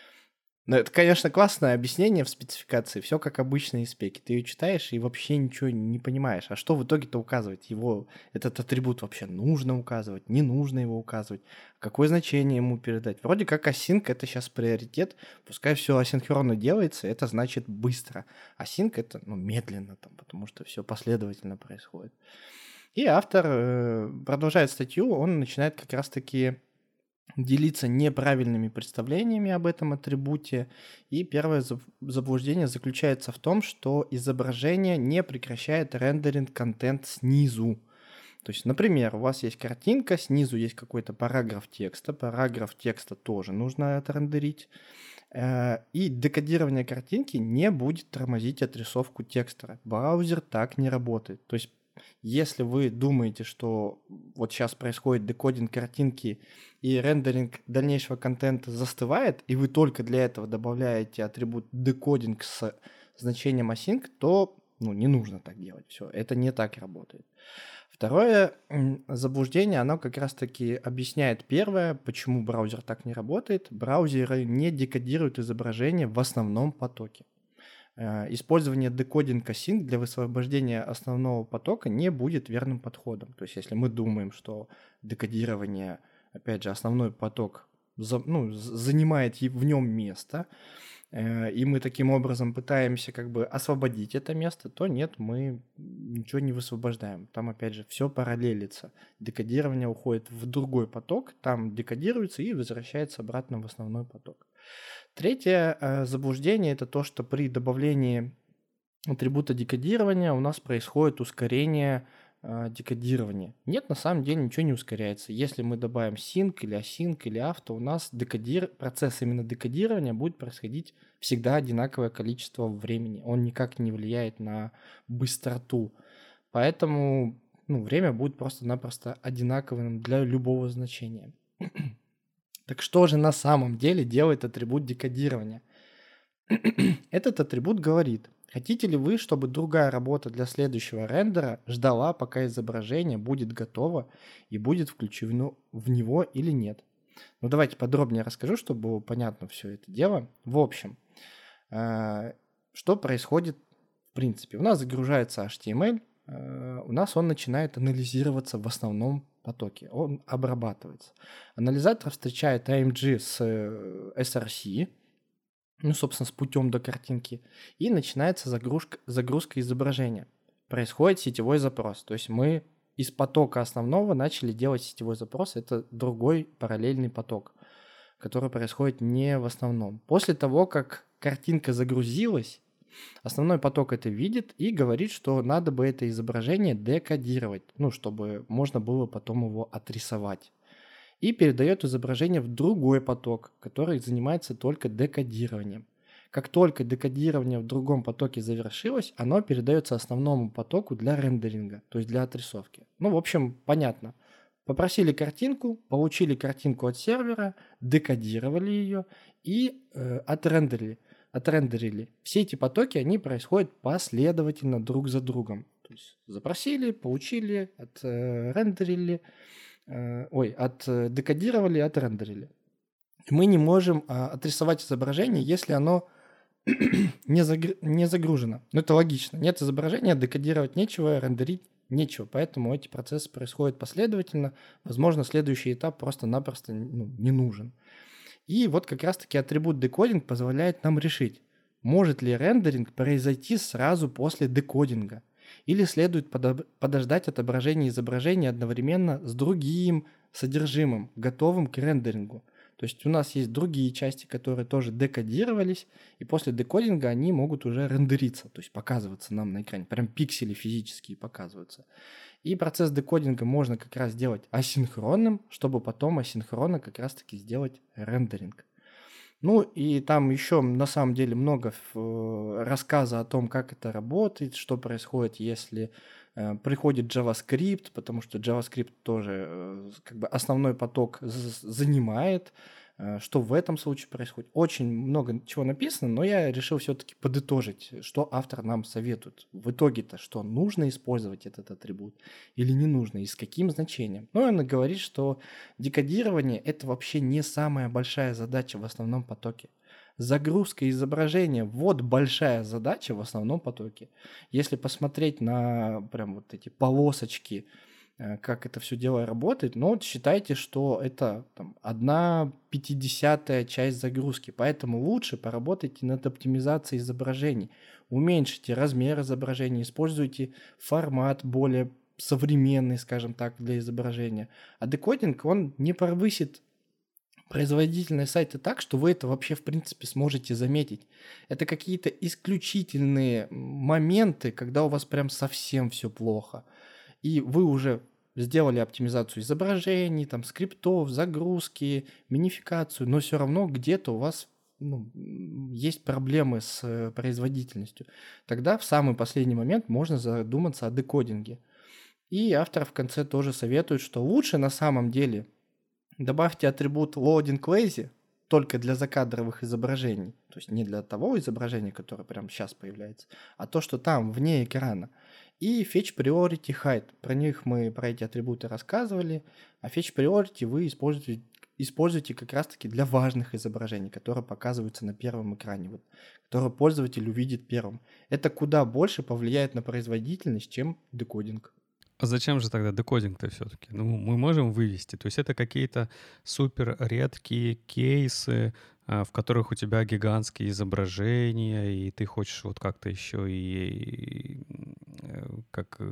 Ну, это, конечно, классное объяснение в спецификации, все как обычные спеки. Ты ее читаешь и вообще ничего не понимаешь. А что в итоге-то указывать? Его, этот атрибут вообще нужно указывать, не нужно его указывать? Какое значение ему передать? Вроде как async — это сейчас приоритет, пускай все асинхронно делается, это значит быстро. Async — это ну, медленно, там, потому что все последовательно происходит. И автор э, продолжает статью, он начинает как раз-таки делиться неправильными представлениями об этом атрибуте. И первое заблуждение заключается в том, что изображение не прекращает рендеринг контент снизу. То есть, например, у вас есть картинка, снизу есть какой-то параграф текста, параграф текста тоже нужно отрендерить. И декодирование картинки не будет тормозить отрисовку текста. Браузер так не работает. То есть если вы думаете, что вот сейчас происходит декодинг картинки и рендеринг дальнейшего контента застывает, и вы только для этого добавляете атрибут декодинг с значением async, то ну, не нужно так делать. Все, это не так работает. Второе заблуждение, оно как раз-таки объясняет первое, почему браузер так не работает. Браузеры не декодируют изображение в основном потоке. Использование декодинг async для высвобождения основного потока не будет верным подходом. То есть если мы думаем, что декодирование, опять же, основной поток ну, занимает в нем место, и мы таким образом пытаемся как бы освободить это место, то нет, мы ничего не высвобождаем. Там, опять же, все параллелится. Декодирование уходит в другой поток, там декодируется и возвращается обратно в основной поток. Третье э, заблуждение – это то, что при добавлении атрибута декодирования у нас происходит ускорение э, декодирования. Нет, на самом деле ничего не ускоряется. Если мы добавим sync или async или auto, у нас декодир... процесс именно декодирования будет происходить всегда одинаковое количество времени. Он никак не влияет на быстроту. Поэтому ну, время будет просто-напросто одинаковым для любого значения. Так что же на самом деле делает атрибут декодирования? Этот атрибут говорит, хотите ли вы, чтобы другая работа для следующего рендера ждала, пока изображение будет готово и будет включено в него или нет. Ну давайте подробнее расскажу, чтобы было понятно все это дело. В общем, что происходит в принципе? У нас загружается эйч ти эм эль, у нас он начинает анализироваться в основном потоке, он обрабатывается. Анализатор встречает эй эм джи с эс эр си, ну, собственно, с путем до картинки, и начинается загрузка, загрузка изображения. Происходит сетевой запрос, то есть мы из потока основного начали делать сетевой запрос, это другой параллельный поток, который происходит не в основном. После того, как картинка загрузилась, основной поток это видит и говорит, что надо бы это изображение декодировать, ну, чтобы можно было потом его отрисовать. И передает изображение в другой поток, который занимается только декодированием. Как только декодирование в другом потоке завершилось, оно передается основному потоку для рендеринга, то есть для отрисовки. Ну, в общем, понятно. Попросили картинку, получили картинку от сервера, декодировали ее и э, отрендерили. отрендерили. Все эти потоки, они происходят последовательно друг за другом. То есть запросили, получили, отрендерили, э, ой, отдекодировали, отрендерили. Мы не можем а, отрисовать изображение, если оно не, загр... не загружено. Ну, это логично. Нет изображения, декодировать нечего, рендерить нечего. Поэтому эти процессы происходят последовательно. Возможно, следующий этап просто-напросто ну, не нужен. И вот как раз-таки атрибут декодинг позволяет нам решить, может ли рендеринг произойти сразу после декодинга, или следует подоб... подождать отображения изображения одновременно с другим содержимым, готовым к рендерингу. То есть у нас есть другие части, которые тоже декодировались, и после декодинга они могут уже рендериться, то есть показываться нам на экране, прям пиксели физические показываются. И процесс декодинга можно как раз сделать асинхронным, чтобы потом асинхронно как раз-таки сделать рендеринг. Ну и там еще на самом деле много рассказа о том, как это работает, что происходит, если э, приходит JavaScript, потому что JavaScript тоже э, как бы основной поток занимает, э, что в этом случае происходит. Очень много чего написано, но я решил все-таки подытожить, что автор нам советует. В итоге-то, что нужно использовать этот атрибут или не нужно, и с каким значением. Ну, он говорит, что декодирование – это вообще не самая большая задача в основном потоке. Загрузка изображения – вот большая задача в основном потоке. Если посмотреть на прям вот эти полосочки, как это все дело работает, ну вот считайте, что это там, одна пятидесятая часть загрузки, поэтому лучше поработайте над оптимизацией изображений, уменьшите размер изображения, используйте формат более современный, скажем так, для изображения. А декодинг, он не повысит производительность сайта так, что вы это вообще в принципе сможете заметить. Это какие-то исключительные моменты, когда у вас прям совсем все плохо. И вы уже сделали оптимизацию изображений, там, скриптов, загрузки, минификацию, но все равно где-то у вас ну, есть проблемы с производительностью. Тогда в самый последний момент можно задуматься о декодинге. И автор в конце тоже советует, что лучше на самом деле добавьте атрибут loading lazy только для закадровых изображений, то есть не для того изображения, которое прямо сейчас появляется, а то, что там, вне экрана. И fetch priority hide. Про них мы, про эти атрибуты рассказывали. А fetch priority вы используете, используете как раз-таки для важных изображений, которые показываются на первом экране, вот, которые пользователь увидит первым. Это куда больше повлияет на производительность, чем декодинг. А зачем же тогда декодинг-то все-таки? Ну, мы можем вывести. То есть это какие-то супер редкие кейсы, в которых у тебя гигантские изображения, и ты хочешь вот как-то еще и как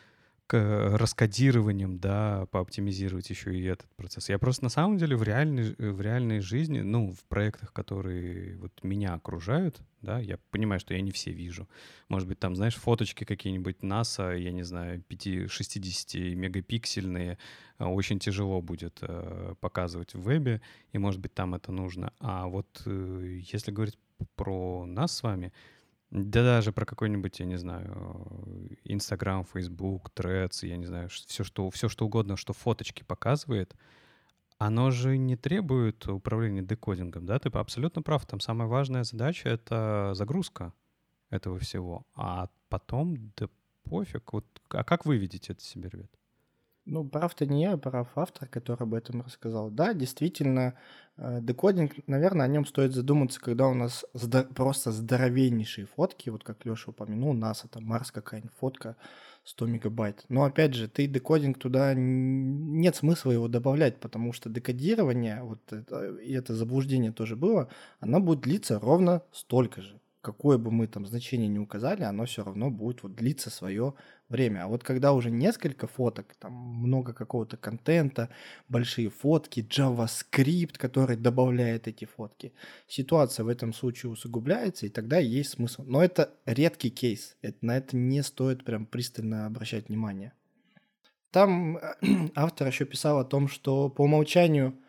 к раскодированием, да, пооптимизировать еще и этот процесс. Я просто на самом деле в реальной, в реальной жизни, ну, в проектах, которые вот меня окружают, да, я понимаю, что я не все вижу. Может быть, там, знаешь, фоточки какие-нибудь НАСА, я не знаю, пятидесяти-шестидесяти-мегапиксельные, очень тяжело будет э, показывать в вебе, и, может быть, там это нужно. А вот э, если говорить про нас с вами, да даже про какой-нибудь, я не знаю, Инстаграм, Фейсбук, Threads, я не знаю, все что, все что угодно, что фоточки показывает, оно же не требует управления декодингом, да? Ты абсолютно прав, там самая важная задача — это загрузка этого всего. А потом, да пофиг. Вот, а как вы видите это себе, ребят? Ну, прав-то не я, прав автор, который об этом рассказал. Да, действительно, декодинг, наверное, о нем стоит задуматься, когда у нас здор- просто здоровеннейшие фотки, вот как Леша упомянул, НАСА, там Марс какая-нибудь фотка, сто мегабайт. Но опять же, ты декодинг туда, нет смысла его добавлять, потому что декодирование, вот это, и это заблуждение тоже было, оно будет длиться ровно столько же. Какое бы мы там значение ни указали, оно все равно будет вот длиться свое время. А вот когда уже несколько фоток, там много какого-то контента, большие фотки, JavaScript, который добавляет эти фотки, ситуация в этом случае усугубляется, и тогда есть смысл. Но это редкий кейс, это, на это не стоит прям пристально обращать внимание. Там автор еще писал о том, что по умолчанию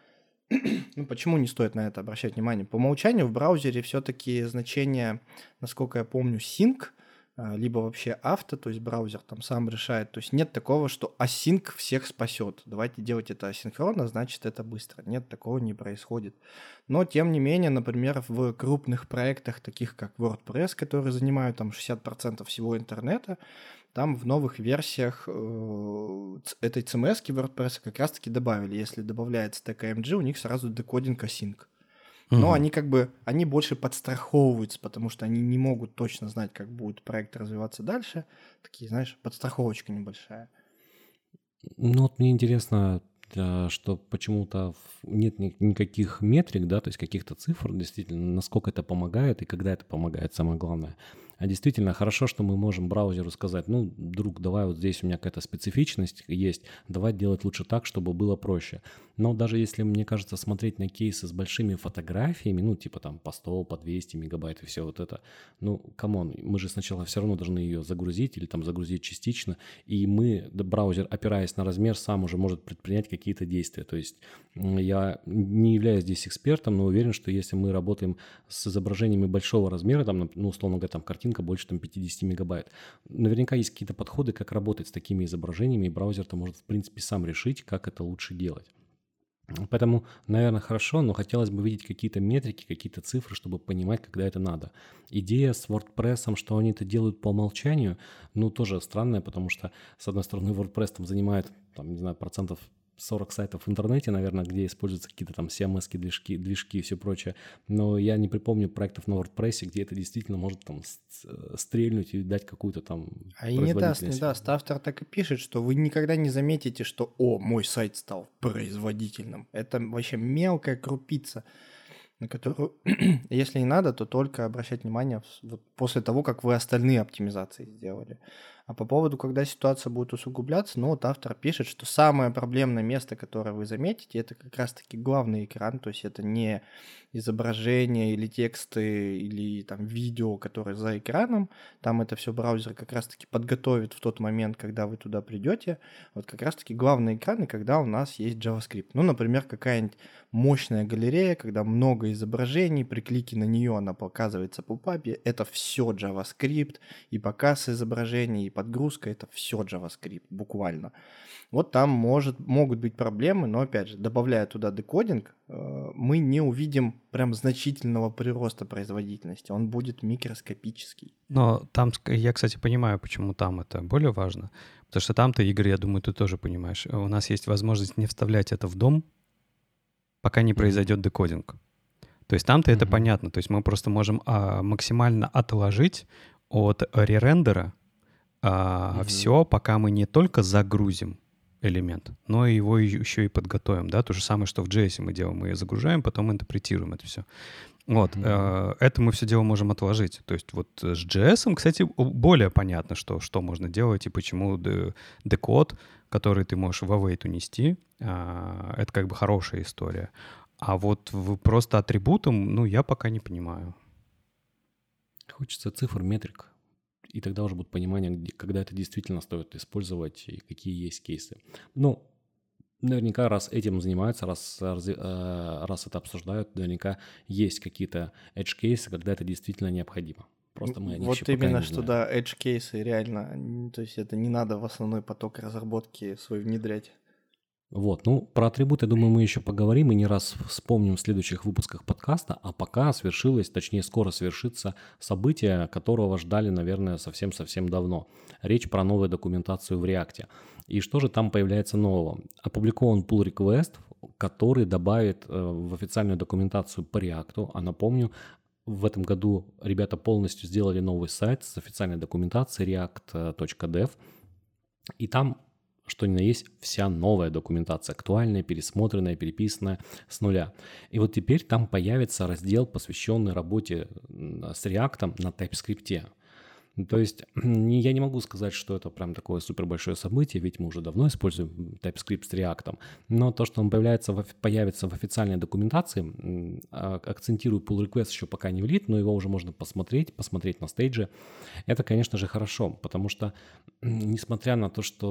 ну, почему не стоит на это обращать внимание? По умолчанию в браузере все-таки значение, насколько я помню, sync, а, либо вообще авто, то есть браузер там сам решает. То есть нет такого, что async всех спасет. Давайте делать это асинхронно, значит это быстро. Нет, такого не происходит. Но тем не менее, например, в крупных проектах, таких как WordPress, которые занимают там шестьдесят процентов всего интернета, там в новых версиях э, ц- этой си эм эс-ки WordPress как раз-таки добавили. Если добавляется тэ ка эм джи, у них сразу декодинг async. Но Мгм. они как бы, они больше подстраховываются, потому что они не могут точно знать, как будет проект развиваться дальше. Такие, знаешь, подстраховочка небольшая. Ну вот мне интересно, э, что почему-то в- нет ни- никаких метрик, да, то есть каких-то цифр, действительно, насколько это помогает и когда это помогает, самое главное. А действительно хорошо, что мы можем браузеру сказать, ну, друг, давай вот здесь у меня какая-то специфичность есть, давай делать лучше так, чтобы было проще. Но даже если, мне кажется, смотреть на кейсы с большими фотографиями, ну, типа там по сто, по двести мегабайт и все вот это, ну, камон, мы же сначала все равно должны ее загрузить или там загрузить частично, и мы, да, браузер, опираясь на размер, сам уже может предпринять какие-то действия. То есть м, я не являюсь здесь экспертом, но уверен, что если мы работаем с изображениями большого размера, там, нап- ну, условно говоря, там картинка больше там пятьдесят мегабайт, наверняка есть какие-то подходы, как работать с такими изображениями, и браузер-то может, в принципе, сам решить, как это лучше делать. Поэтому, наверное, хорошо, но хотелось бы видеть какие-то метрики, какие-то цифры, чтобы понимать, когда это надо. Идея с WordPress, что они это делают по умолчанию, ну, тоже странная, потому что, с одной стороны, WordPress там занимает, там, не знаю, процентов сорок сайтов в интернете, наверное, где используются какие-то там си эм эс-ки, движки, движки и все прочее. Но я не припомню проектов на WordPress, где это действительно может там с- стрельнуть и дать какую-то там А и не даст, не производительность. даст. Автор так и пишет, что вы никогда не заметите, что «О, мой сайт стал производительным». Это вообще мелкая крупица, на которую, если не надо, то только обращать внимание в- вот после того, как вы остальные оптимизации сделали. А по поводу, когда ситуация будет усугубляться, ну вот автор пишет, что самое проблемное место, которое вы заметите, это как раз-таки главный экран, то есть это не изображение или тексты или там видео, которые за экраном, там это все браузер как раз-таки подготовит в тот момент, когда вы туда придете. Вот как раз-таки главные экраны, когда у нас есть JavaScript. Ну, например, какая-нибудь мощная галерея, когда много изображений, при клике на нее она показывается по папе, это все JavaScript, и показ изображений, и подгрузка, это все JavaScript, буквально. Вот там может, могут быть проблемы, но опять же, добавляя туда декодинг, э, мы не увидим прям значительного прироста производительности, он будет микроскопический. Но там, ск- я, кстати, понимаю, почему там это более важно. Потому что там-то, Игорь, я думаю, ты тоже понимаешь, у нас есть возможность не вставлять это в дом, пока не Мгм. произойдет декодинг. То есть там-то это Мгм. понятно. То есть мы просто можем а, максимально отложить от ререндера Мгм. все, пока мы не только загрузим элемент, но и его еще и подготовим. Да? То же самое, что в джей эс мы делаем. Мы ее загружаем, потом интерпретируем это все. Вот, Мгм. э, это мы все дело можем отложить. То есть вот с джей эс, кстати, у- более понятно, что, что можно делать и почему де- декод, который ты можешь в await унести, а, это как бы хорошая история. А вот в- просто атрибутом, ну, я пока не понимаю. Хочется цифр, метрик. И тогда уже будет понимание, где- когда это действительно стоит использовать и какие есть кейсы. Ну, наверняка, раз этим занимаются, раз, раз, э, раз это обсуждают, наверняка есть какие-то edge-кейсы, когда это действительно необходимо. Просто мы о них Вот еще пока именно не что, знаем. да, edge кейсы реально, н- то есть это не надо в основной поток разработки свой внедрять. Вот, ну, про атрибуты, думаю, мы еще поговорим и не раз вспомним в следующих выпусках подкаста, а пока свершилось, точнее, скоро свершится событие, которого ждали, наверное, совсем-совсем давно. Речь про новую документацию в React. И что же там появляется нового? Опубликован pull request, который добавит э, в официальную документацию по React, а напомню, в этом году ребята полностью сделали новый сайт с официальной документацией react точка dev, и там, что ни на есть, вся новая документация, актуальная, пересмотренная, переписанная с нуля. И вот теперь там появится раздел, посвященный работе м, с React на TypeScript. То есть не- я не могу сказать, что это прям такое супер большое событие, ведь мы уже давно используем TypeScript с React, но то, что он появляется в, офи- появится в официальной документации, м, а- акцентирую, pull request еще пока не влит, но его уже можно посмотреть, посмотреть на стейдже, это, конечно же, хорошо, потому что м, несмотря на то, что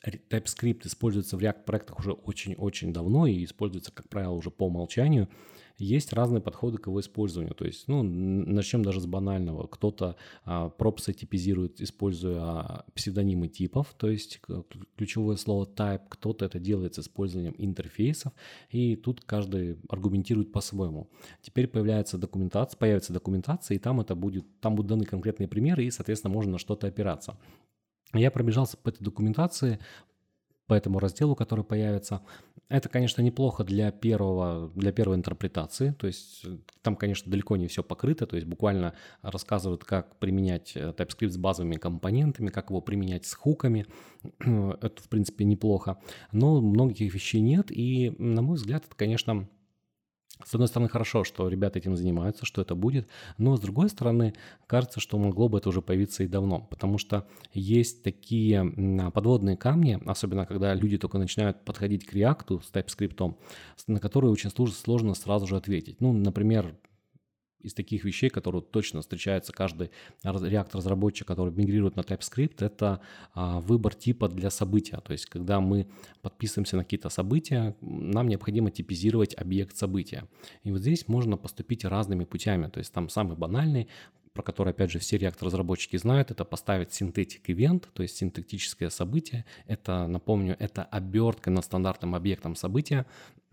TypeScript используется в React-проектах уже очень-очень давно и используется, как правило, уже по умолчанию. Есть разные подходы к его использованию. То есть, ну, начнем даже с банального. Кто-то а, пропсы типизирует, используя а, псевдонимы типов, то есть ключевое слово type. Кто-то это делает с использованием интерфейсов, и тут каждый аргументирует по-своему. Теперь появляется документация, появится документация, и там это будет, там будут даны конкретные примеры, и, соответственно, можно на что-то опираться. Я пробежался по этой документации, по этому разделу, который появится. Это, конечно, неплохо для, первого, для первой интерпретации, то есть там, конечно, далеко не все покрыто, то есть буквально рассказывают, как применять TypeScript с базовыми компонентами, как его применять с хуками. Это, в принципе, неплохо, но многих вещей нет, и, на мой взгляд, это, конечно... С одной стороны, хорошо, что ребята этим занимаются, что это будет, но с другой стороны, кажется, что могло бы это уже появиться и давно, потому что есть такие подводные камни, особенно когда люди только начинают подходить к React с TypeScript, на которые очень сложно сразу же ответить. Ну, например, из таких вещей, которые точно встречается каждый React-разработчик, который мигрирует на TypeScript, это а, выбор типа для события. То есть, когда мы подписываемся на какие-то события, нам необходимо типизировать объект события. И вот здесь можно поступить разными путями. То есть, там самый банальный, про который, опять же, все React-разработчики знают, это поставить synthetic event, то есть синтактическое событие. Это, напомню, это обертка на стандартном объектом события.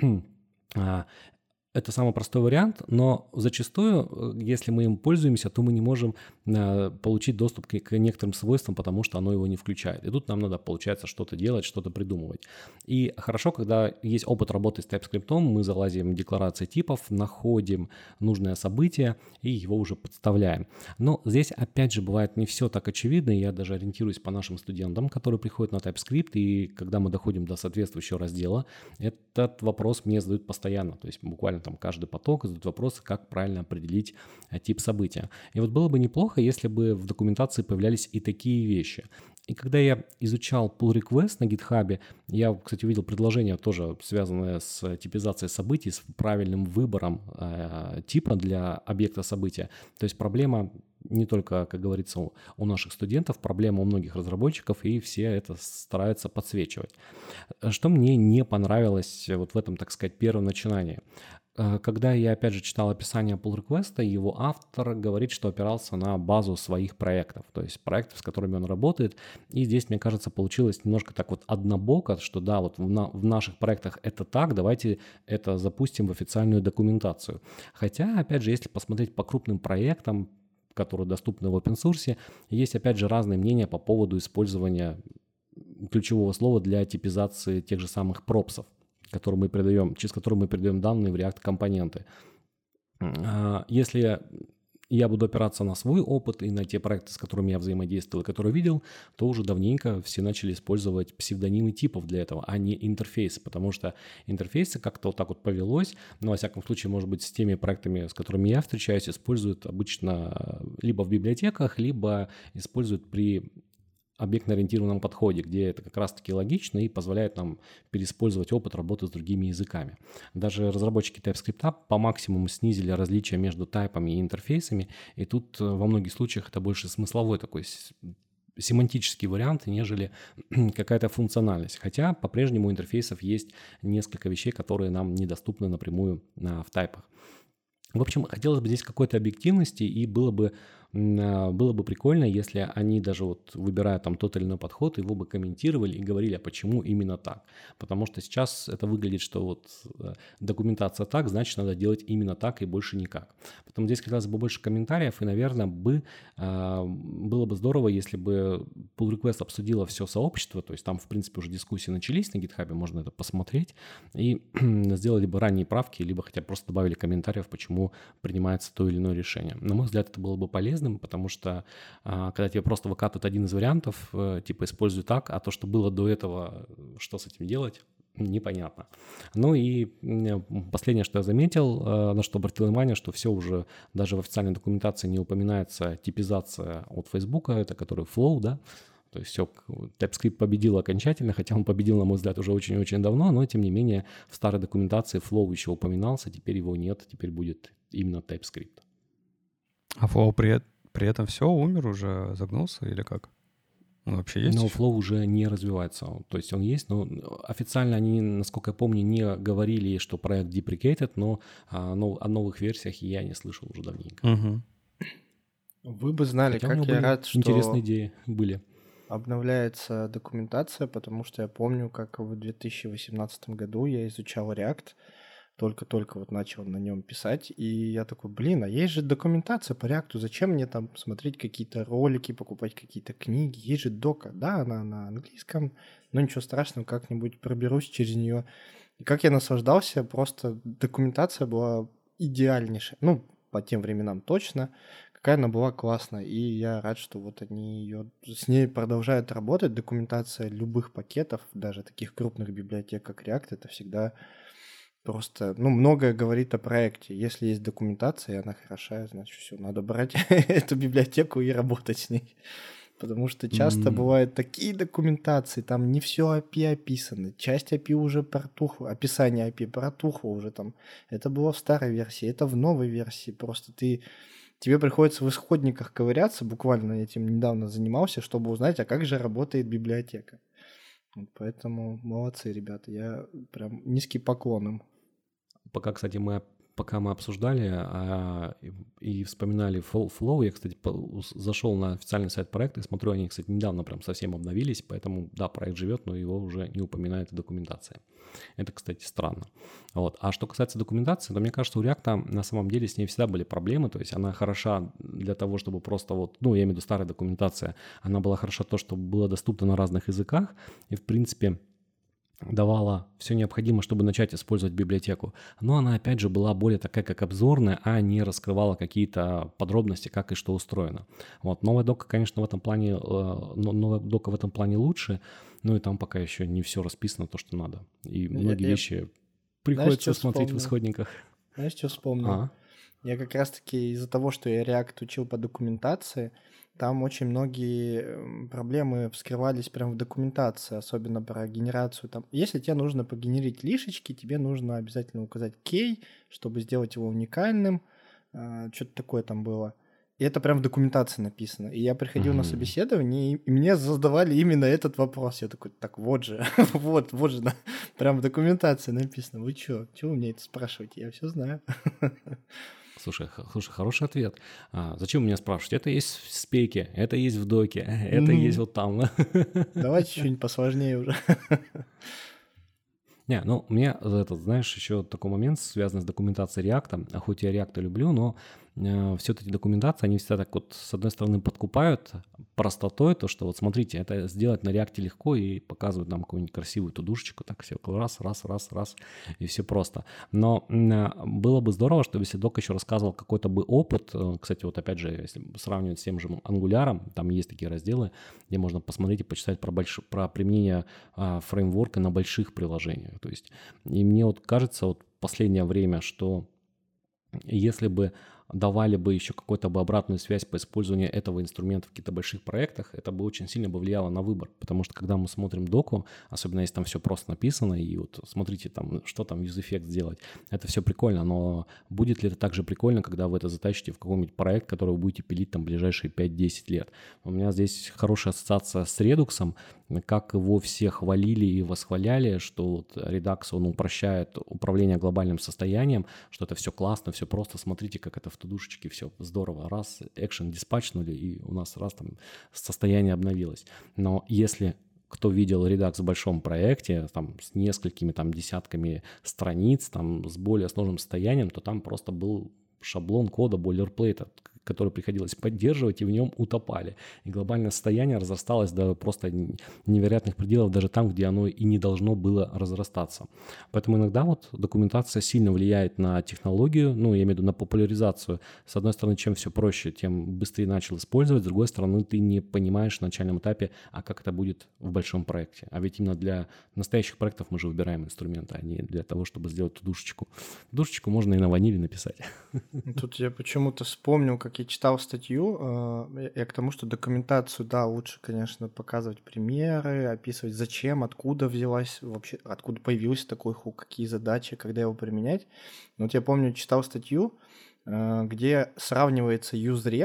Это самый простой вариант, но зачастую, если мы им пользуемся, то мы не можем э, получить доступ к, к некоторым свойствам, потому что оно его не включает. И тут нам надо, получается, что-то делать, что-то придумывать. И хорошо, когда есть опыт работы с TypeScript, мы залазим в декларации типов, находим нужное событие и его уже подставляем. Но здесь, опять же, бывает не все так очевидно. Я даже ориентируюсь по нашим студентам, которые приходят на TypeScript, и когда мы доходим до соответствующего раздела, этот вопрос мне задают постоянно. То есть буквально там каждый поток задают вопросы, как правильно определить тип события. И вот было бы неплохо, если бы в документации появлялись и такие вещи. И когда я изучал pull request на GitHub, я, кстати, увидел предложение тоже связанное с типизацией событий, с правильным выбором э, типа для объекта события. То есть проблема не только, как говорится, у, у наших студентов, проблема у многих разработчиков, и все это стараются подсвечивать. Что мне не понравилось вот в этом, так сказать, первом начинании. Когда я, опять же, читал описание pull request, его автор говорит, что опирался на базу своих проектов, то есть проектов, с которыми он работает. И здесь, мне кажется, получилось немножко так вот однобоко, что да, вот в, на, в наших проектах это так, давайте это запустим в официальную документацию. Хотя, опять же, если посмотреть по крупным проектам, которые доступны в open source, есть, опять же, разные мнения по поводу использования ключевого слова для типизации тех же самых пропсов, который мы передаем, через который мы передаем данные в React-компоненты. Если я буду опираться на свой опыт и на те проекты, с которыми я взаимодействовал и которые видел, то уже давненько все начали использовать псевдонимы типов для этого, а не интерфейсы, потому что интерфейсы как-то вот так вот повелось, но, во всяком случае, может быть, с теми проектами, с которыми я встречаюсь, используют обычно либо в библиотеках, либо используют при объектно-ориентированном подходе, где это как раз-таки логично и позволяет нам переиспользовать опыт работы с другими языками. Даже разработчики TypeScript по максимуму снизили различия между тайпами и интерфейсами, и тут во многих случаях это больше смысловой такой семантический вариант, нежели какая-то функциональность. Хотя по-прежнему у интерфейсов есть несколько вещей, которые нам недоступны напрямую в тайпах. В общем, хотелось бы здесь какой-то объективности, и было бы было бы прикольно, если они даже вот выбирая там тот или иной подход, его бы комментировали и говорили, а почему именно так. Потому что сейчас это выглядит, что вот документация так, значит, надо делать именно так и больше никак. Поэтому здесь хотелось бы больше комментариев, и, наверное, бы, было бы здорово, если бы pull request обсудило все сообщество, то есть там, в принципе, уже дискуссии начались на GitHub, можно это посмотреть, и сделали бы ранние правки, либо хотя бы просто добавили комментариев, почему принимается то или иное решение. На мой взгляд, это было бы полезно, потому что а, когда тебе просто выкатывают один из вариантов, э, типа используй так, а то, что было до этого, что с этим делать, непонятно. Ну и последнее, что я заметил, э, на что обратил внимание, что все уже, даже в официальной документации не упоминается типизация от Facebook, это который Flow, да, то есть все, TypeScript победил окончательно, хотя он победил, на мой взгляд, уже очень-очень давно, но тем не менее в старой документации Flow еще упоминался, теперь его нет, теперь будет именно TypeScript. А Flow при, при этом все, умер уже, загнулся или как? Вообще есть? Но еще? Flow уже не развивается. То есть он есть, но официально они, насколько я помню, не говорили, что проект deprecated, но а, но о новых версиях я не слышал уже давненько. Мгм. Вы бы знали, Хотя у него как я были рад, интересные что идеи были. обновляется документация, потому что я помню, как в две тысячи восемнадцатом году я изучал React, только-только вот начал на нем писать, и я такой, блин, а есть же документация по React, зачем мне там смотреть какие-то ролики, покупать какие-то книги, есть же дока, да, она на английском, но ничего страшного, как-нибудь проберусь через нее. И как я наслаждался, просто документация была идеальнейшая, ну, по тем временам точно, какая она была классная, и я рад, что вот они ее, с ней продолжают работать, документация любых пакетов, даже таких крупных библиотек, как React, это всегда просто, ну, многое говорит о проекте. Если есть документация, и она хорошая, значит, все, надо брать эту библиотеку и работать с ней. Потому что часто М, бывают такие документации, там не все эй пи ай описано, часть эй пи ай уже протухла, описание эй пи ай протухло уже там. Это было в старой версии, это в новой версии. Просто ты, тебе приходится в исходниках ковыряться, буквально я этим недавно занимался, чтобы узнать, а как же работает библиотека. Вот поэтому молодцы, ребята, я прям низкий поклон им. Пока, кстати, мы пока мы обсуждали а, и, и вспоминали Flow, Flow, я, кстати, по- зашел на официальный сайт проекта и смотрю, они, кстати, недавно прям совсем обновились, поэтому, да, проект живет, но его уже не упоминает в документации. Это, кстати, странно. Вот. А что касается документации, то мне кажется, у React на самом деле с ней всегда были проблемы, то есть она хороша для того, чтобы просто вот, ну, я имею в виду старая документация, она была хороша то, что было доступно на разных языках, и, в принципе, давала все необходимое, чтобы начать использовать библиотеку. Но она, опять же, была более такая, как обзорная, а не раскрывала какие-то подробности, как и что устроено. Вот. Новая дока, конечно, в этом плане, э, но- новая дока в этом плане лучше, но и там пока еще не все расписано, то, что надо. И Я- многие я- вещи Знаешь, приходится что смотреть в вспомнил? исходниках. Знаешь, что вспомнил? А, Я как раз-таки из-за того, что я React учил по документации, там очень многие м, проблемы вскрывались прямо в документации, особенно про генерацию. Там, если тебе нужно погенерить лишечки, тебе нужно обязательно указать кей, чтобы сделать его уникальным. А, что-то такое там было. И это прям в документации написано. И я приходил на мгм. собеседование, и и мне задавали именно этот вопрос. Я такой, так вот же, вот, вот же, на- прям в документации написано. Вы чё? Чего вы мне это спрашиваете? Я все знаю. Слушай, х- слушай, хороший ответ. А, зачем меня спрашивать? Это есть в спеке, это есть в доке, это есть Мгм. вот там. Давайте что-нибудь посложнее уже. Не, ну, у меня за этот, знаешь, еще такой момент связан с документацией React. А хоть я React люблю, но э, все эти документации, они всегда так вот, с одной стороны, подкупают простотой, то, что вот смотрите, это сделать на React легко и показывают нам какую-нибудь красивую тудушечку, так все раз, раз, раз, раз, и все просто. Но м, было бы здорово, чтобы если док еще рассказывал какой-то бы опыт, э, кстати, вот опять же, если сравнивать с тем же Angular, там есть такие разделы, где можно посмотреть и почитать про, больш... про применение а, фреймворка на больших приложениях. То есть, и мне вот кажется, вот последнее время, что если бы давали бы еще какую-то бы обратную связь по использованию этого инструмента в каких-то больших проектах, это бы очень сильно бы влияло на выбор. Потому что когда мы смотрим доку, особенно если там все просто написано, и вот смотрите там, что там use-эффект сделать, это все прикольно, но будет ли это так же прикольно, когда вы это затащите в какой-нибудь проект, который вы будете пилить там ближайшие пять-десять лет? У меня здесь хорошая ассоциация с Redux, как его все хвалили и восхваляли, что вот Redux, он упрощает управление глобальным состоянием, что это все классно, все просто, смотрите, как это в тудушечке, все здорово, раз, экшен диспатчнули, и у нас раз там состояние обновилось. Но если кто видел Redux в большом проекте, там, с несколькими там десятками страниц, там, с более сложным состоянием, то там просто был шаблон кода бойлерплейта, который приходилось поддерживать, и в нем утопали. И глобальное состояние разрасталось до просто невероятных пределов, даже там, где оно и не должно было разрастаться. Поэтому иногда вот документация сильно влияет на технологию, ну, я имею в виду на популяризацию. С одной стороны, чем все проще, тем быстрее начал использовать, с другой стороны, ты не понимаешь на начальном этапе, а как это будет в большом проекте. А ведь именно для настоящих проектов мы же выбираем инструменты, а не для того, чтобы сделать тудушечку. Тудушечку можно и на ваниле написать. Тут я почему-то вспомнил, как я читал статью, э, я к тому, что документацию, да, лучше, конечно, показывать примеры, описывать, зачем, откуда взялась вообще, откуда появился такой хук, какие задачи, когда его применять. Но вот я помню, читал статью, э, где сравнивается юзрев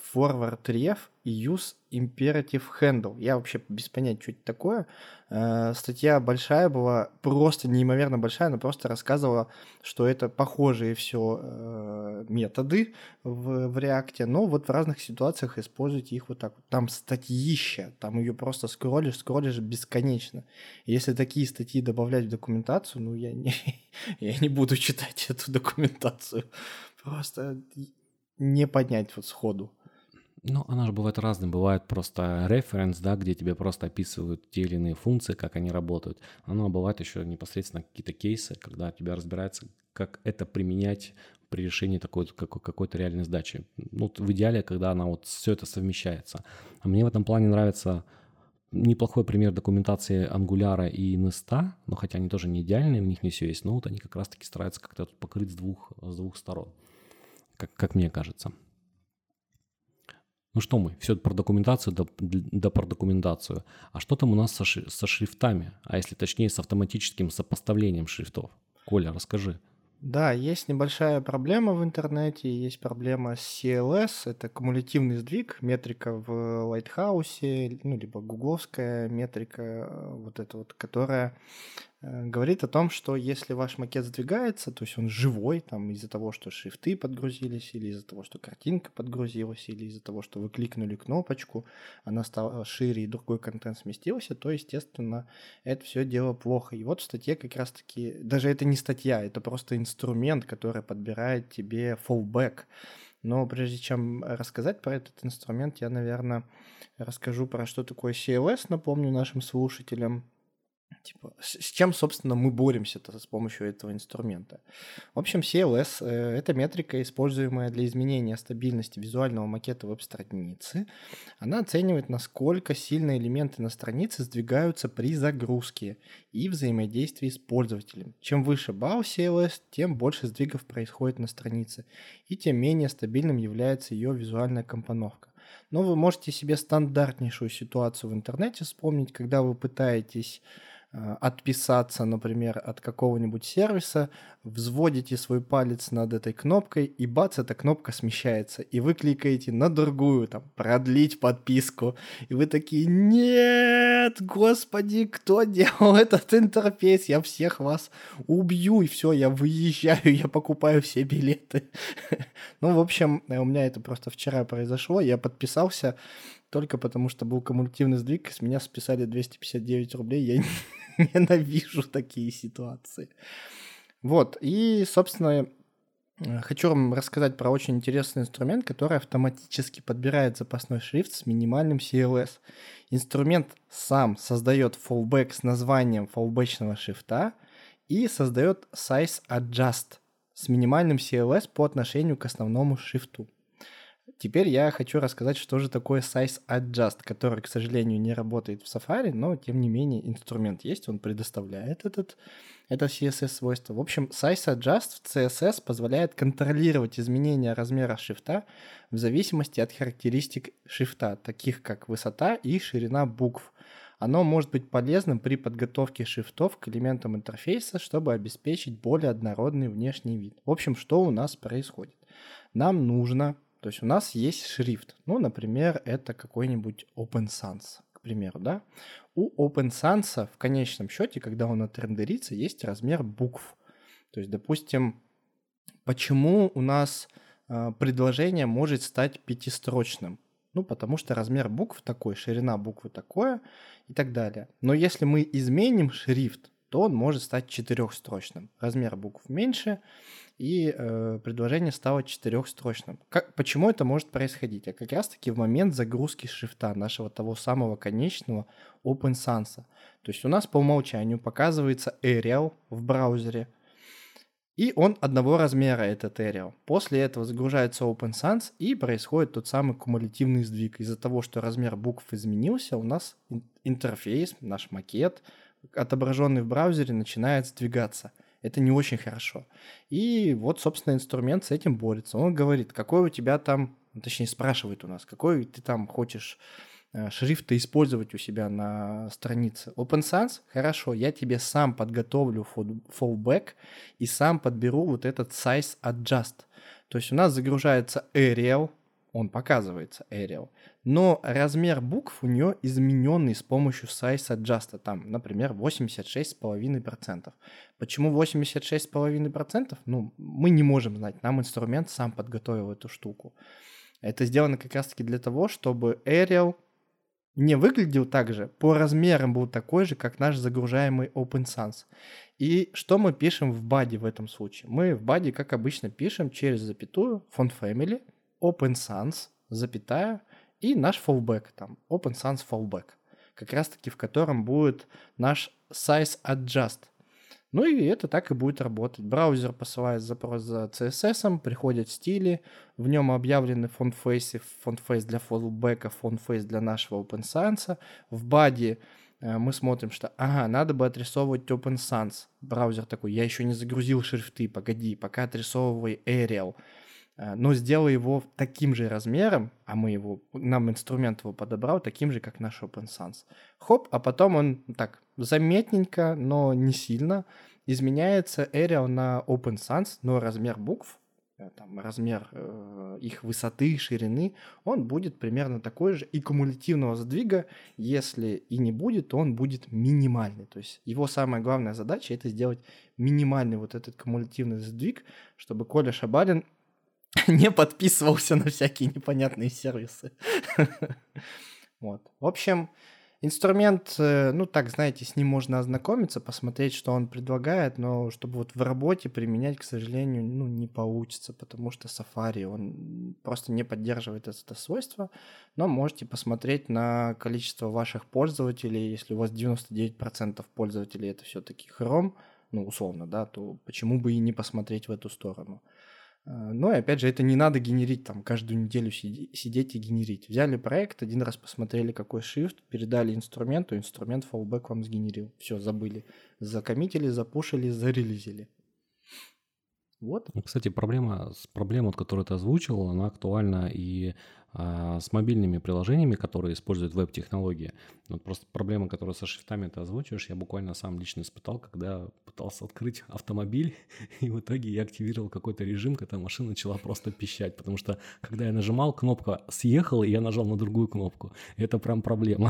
forward ref и use imperative handle. Я вообще без понятия, что это такое. Э, статья большая была, просто неимоверно большая, она просто рассказывала, что это похожие все э, методы в, в React, но вот в разных ситуациях используйте их вот так вот. Там статьища, там ее просто скроллишь, скроллишь бесконечно. Если такие статьи добавлять в документацию, ну я не, я не буду читать эту документацию. Просто не поднять вот сходу. Ну, она же бывает разной. Бывает просто референс, да, где тебе просто описывают те или иные функции, как они работают. Ну, а бывает еще непосредственно какие-то кейсы, когда тебя разбирается, как это применять при решении такой, какой- какой-то реальной задачи. Ну, в идеале, когда она вот все это совмещается. А мне в этом плане нравится неплохой пример документации Angular и Nest, но хотя они тоже не идеальные, у них не все есть, но вот они как раз-таки стараются как-то тут покрыть с двух, с двух сторон, как, как мне кажется. Ну что мы, все про документацию, да, да про документацию. А что там у нас со, шри- со шрифтами? А если точнее, с автоматическим сопоставлением шрифтов? Коля, расскажи. Да, есть небольшая проблема в интернете, есть проблема с си эл эс, это кумулятивный сдвиг, метрика в Lighthouse, ну, либо гугловская метрика, э, вот эта вот, которая э, говорит о том, что если ваш макет сдвигается, то есть он живой, там из-за того, что шрифты подгрузились, или из-за того, что картинка подгрузилась, или из-за того, что вы кликнули кнопочку, она стала шире и другой контент сместился, то, естественно, это все дело плохо. И вот в статье как раз-таки, даже это не статья, это просто инструмент, который подбирает тебе fallback. Но прежде чем рассказать про этот инструмент, я, наверное, расскажу про что такое си эл эс, напомню нашим слушателям. Типа, с с чем, собственно, мы боремся-то с помощью этого инструмента? В общем, си эл эс э, это метрика, используемая для изменения стабильности визуального макета веб-страницы. Она оценивает, насколько сильно элементы на странице сдвигаются при загрузке и взаимодействии с пользователем. Чем выше балл си эл эс, тем больше сдвигов происходит на странице, и тем менее стабильным является ее визуальная компоновка. Но вы можете себе стандартнейшую ситуацию в интернете вспомнить, когда вы пытаетесь э, отписаться, например, от какого-нибудь сервиса, взводите свой палец над этой кнопкой, и бац, эта кнопка смещается, и вы кликаете на другую, там, продлить подписку, и вы такие: нет, господи, кто делал этот интерфейс, я всех вас убью, и все, я выезжаю, я покупаю все билеты. Ну, в общем, у меня это просто вчера произошло, я подписался только потому, что был кумулятивный сдвиг, с меня списали двести пятьдесят девять рублей, я ненавижу такие ситуации. Вот, и, собственно, э, хочу вам рассказать про очень интересный инструмент, который автоматически подбирает запасной шрифт с минимальным си эл эс. Инструмент сам создает fallback с названием фаллбэчного шрифта и создает size adjust с минимальным си эл эс по отношению к основному шрифту. Теперь я хочу рассказать, что же такое size adjust, который, к сожалению, не работает в Safari, но, тем не менее, инструмент есть, он предоставляет этот, это си эс эс-свойство. В общем, size adjust в си эс эс позволяет контролировать изменения размера шрифта в зависимости от характеристик шрифта, таких как высота и ширина букв. Оно может быть полезным при подготовке шрифтов к элементам интерфейса, чтобы обеспечить более однородный внешний вид. В общем, что у нас происходит? Нам нужно... То есть у нас есть шрифт. Ну, например, это какой-нибудь Open Sans, к примеру, да? У Open Sans в конечном счете, когда он отрендерится, есть размер букв. То есть, допустим, почему у нас э, предложение может стать пятистрочным? Ну, потому что размер букв такой, ширина буквы такое и так далее. Но если мы изменим шрифт, то он может стать четырехстрочным. Размер букв меньше, и э, предложение стало четырехстрочным. Как, почему это может происходить? А как раз-таки в момент загрузки шрифта нашего того самого конечного Open Sans. То есть у нас по умолчанию показывается Arial в браузере, и он одного размера, этот Arial. После этого загружается Open Sans, и происходит тот самый кумулятивный сдвиг. Из-за того, что размер букв изменился, у нас интерфейс, наш макет, отображенный в браузере, начинает сдвигаться. Это не очень хорошо. И вот, собственно, инструмент с этим борется. Он говорит, какой у тебя там, точнее спрашивает у нас, какой ты там хочешь э, шрифт использовать у себя на странице. Open Sans? Хорошо, я тебе сам подготовлю fallback и сам подберу вот этот size adjust. То есть у нас загружается Arial, он показывается, Arial. Но размер букв у нее измененный с помощью size adjust. Там, например, восемьдесят шесть целых пять десятых процента. Почему восемьдесят шесть целых пять десятых процента? Ну, мы не можем знать. Нам инструмент сам подготовил эту штуку. Это сделано как раз-таки для того, чтобы Arial не выглядел так же, по размерам был такой же, как наш загружаемый OpenSans. И что мы пишем в body в этом случае? Мы в body, как обычно, пишем через запятую font family, OpenSans, запятая, и наш fallback, там, OpenSans fallback, как раз-таки в котором будет наш size adjust. Ну и это так и будет работать. Браузер посылает запрос за си эс эс, приходят стили, в нем объявлены фонтфейсы, фонтфейс для fallback, фонтфейс для нашего OpenSans. В body мы смотрим, что ага, надо бы отрисовывать OpenSans. Браузер такой, я еще не загрузил шрифты, погоди, пока отрисовывай Arial. Но сделай его таким же размером, а мы его, нам инструмент его подобрал, таким же, как наш OpenSans. Хоп, а потом он так заметненько, но не сильно изменяется Arial на OpenSans, но размер букв, там, размер э, их высоты, ширины, он будет примерно такой же. И кумулятивного сдвига, если и не будет, то он будет минимальный. То есть его самая главная задача — это сделать минимальный вот этот кумулятивный сдвиг, чтобы Коля Шабалин не подписывался на всякие непонятные сервисы. Вот. В общем, инструмент, ну так, знаете, с ним можно ознакомиться, посмотреть, что он предлагает, но чтобы вот в работе применять, к сожалению, ну, не получится, потому что Safari, он просто не поддерживает это свойство, но можете посмотреть на количество ваших пользователей. Если у вас девяносто девять процентов пользователей это все-таки Chrome, ну, условно, да, то почему бы и не посмотреть в эту сторону. Но и опять же, это не надо генерить, там, каждую неделю сиди, сидеть и генерить. Взяли проект, один раз посмотрели, какой шрифт, передали инструменту, инструмент fallback вам сгенерил. Все, забыли. Закоммитили, запушили, зарелизили. Вот. Кстати, проблема, проблема, которую ты озвучил, она актуальна и а, с мобильными приложениями, которые используют веб-технологии. Вот просто проблема, которую со шрифтами ты озвучиваешь, я буквально сам лично испытал, когда пытался открыть автомобиль, и в итоге я активировал какой-то режим, когда машина начала просто пищать, потому что когда я нажимал, кнопка съехала, и я нажал на другую кнопку. Это прям проблема.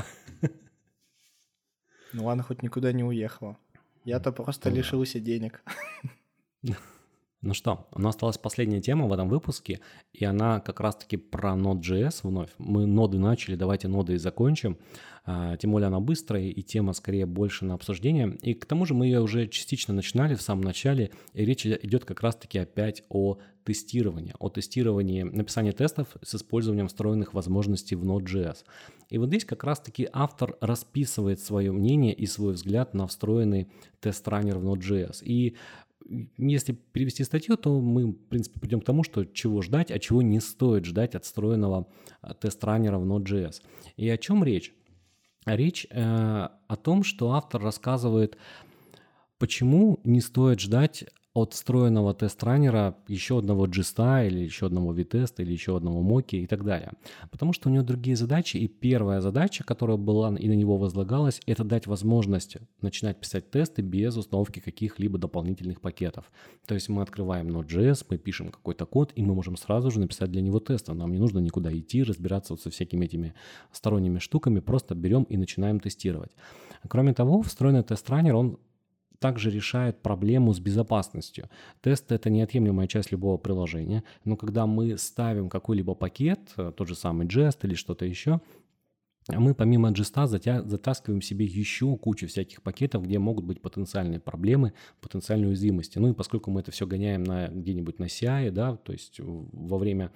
Ну ладно, хоть никуда не уехала. Я-то просто ну, лишился денег. Ну что, у нас осталась последняя тема в этом выпуске, и она как раз-таки про Node.js вновь. Мы ноды начали, давайте ноды и закончим. А, тем более она быстрая, и тема скорее больше на обсуждение. И к тому же мы ее уже частично начинали в самом начале, и речь идет как раз-таки опять о тестировании, о тестировании написания тестов с использованием встроенных возможностей в Node.js. И вот здесь как раз-таки автор расписывает свое мнение и свой взгляд на встроенный тест-раннер в Node.js. И если перевести статью, то мы, в принципе, придем к тому, что чего ждать, а чего не стоит ждать от встроенного тест-раннера в Node.js. И о чем речь? Речь э, о том, что автор рассказывает, почему не стоит ждать от встроенного тест-раннера еще одного джиста или еще одного ви-теста или еще одного моки и так далее. Потому что у него другие задачи, и первая задача, которая была и на него возлагалась, это дать возможность начинать писать тесты без установки каких-либо дополнительных пакетов. То есть мы открываем Node.js, мы пишем какой-то код, и мы можем сразу же написать для него тесты. Нам не нужно никуда идти, разбираться вот со всякими этими сторонними штуками, просто берем и начинаем тестировать. Кроме того, встроенный тест-раннер, он также решает проблему с безопасностью. Тест — это неотъемлемая часть любого приложения, но когда мы ставим какой-либо пакет, тот же самый Jest или что-то еще, мы помимо джеста затаскиваем себе еще кучу всяких пакетов, где могут быть потенциальные проблемы, потенциальные уязвимости. Ну и поскольку мы это все гоняем на, где-нибудь на си ай, да, то есть во время,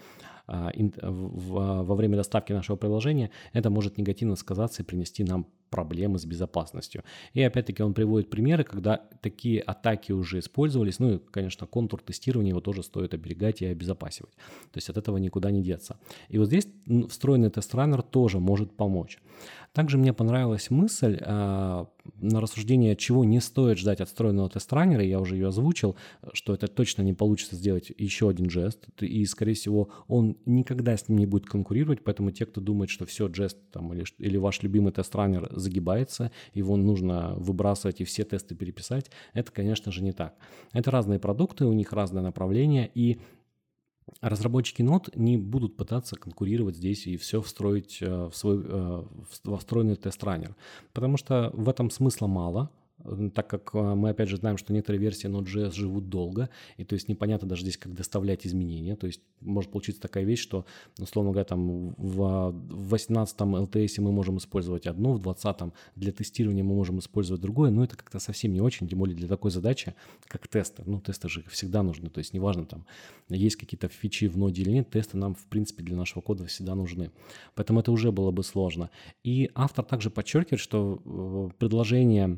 во время доставки нашего приложения, это может негативно сказаться и принести нам проблемы с безопасностью. И опять-таки он приводит примеры, когда такие атаки уже использовались. Ну и, конечно, контур тестирования его тоже стоит оберегать и обезопасивать. То есть от этого никуда не деться. И вот здесь встроенный тест-раннер тоже может помочь. Также мне понравилась мысль э, на рассуждение, чего не стоит ждать от встроенного тест-раннера. Я уже ее озвучил, что это точно не получится сделать еще один Jest. И, скорее всего, он никогда с ним не будет конкурировать. Поэтому те, кто думает, что все, Jest там, или, или ваш любимый тест-раннер загибается, его нужно выбрасывать и все тесты переписать, это, конечно же, не так. Это разные продукты, у них разное направление, и разработчики нод не будут пытаться конкурировать здесь и все встроить в свой во встроенный тест-раннер, потому что в этом смысла мало, так как мы опять же знаем, что некоторые версии Node.js живут долго, и то есть непонятно даже здесь, как доставлять изменения. То есть может получиться такая вещь, что, условно говоря, там в восемнадцатом эл ти эс мы можем использовать одно, в двадцатом для тестирования мы можем использовать другое, но это как-то совсем не очень, тем более для такой задачи, как тесты. Ну, тесты же всегда нужны, то есть неважно, там есть какие-то фичи в ноде или нет, тесты нам, в принципе, для нашего кода всегда нужны. Поэтому это уже было бы сложно. И автор также подчеркивает, что предложение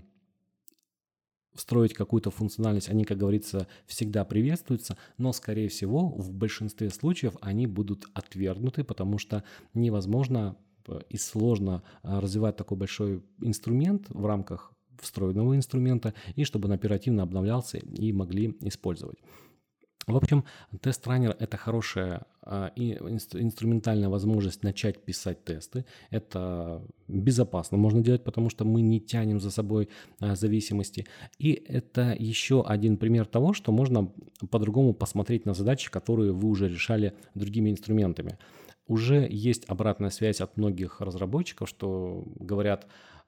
встроить какую-то функциональность, они, как говорится, всегда приветствуются, но, скорее всего, в большинстве случаев они будут отвергнуты, потому что невозможно и сложно развивать такой большой инструмент в рамках встроенного инструмента, и чтобы он оперативно обновлялся и могли использовать. В общем, тест-раннер – это хорошая а, и инструментальная возможность начать писать тесты. Это безопасно можно делать, потому что мы не тянем за собой а, зависимости. И это еще один пример того, что можно по-другому посмотреть на задачи, которые вы уже решали другими инструментами. Уже есть обратная связь от многих разработчиков, что говорят,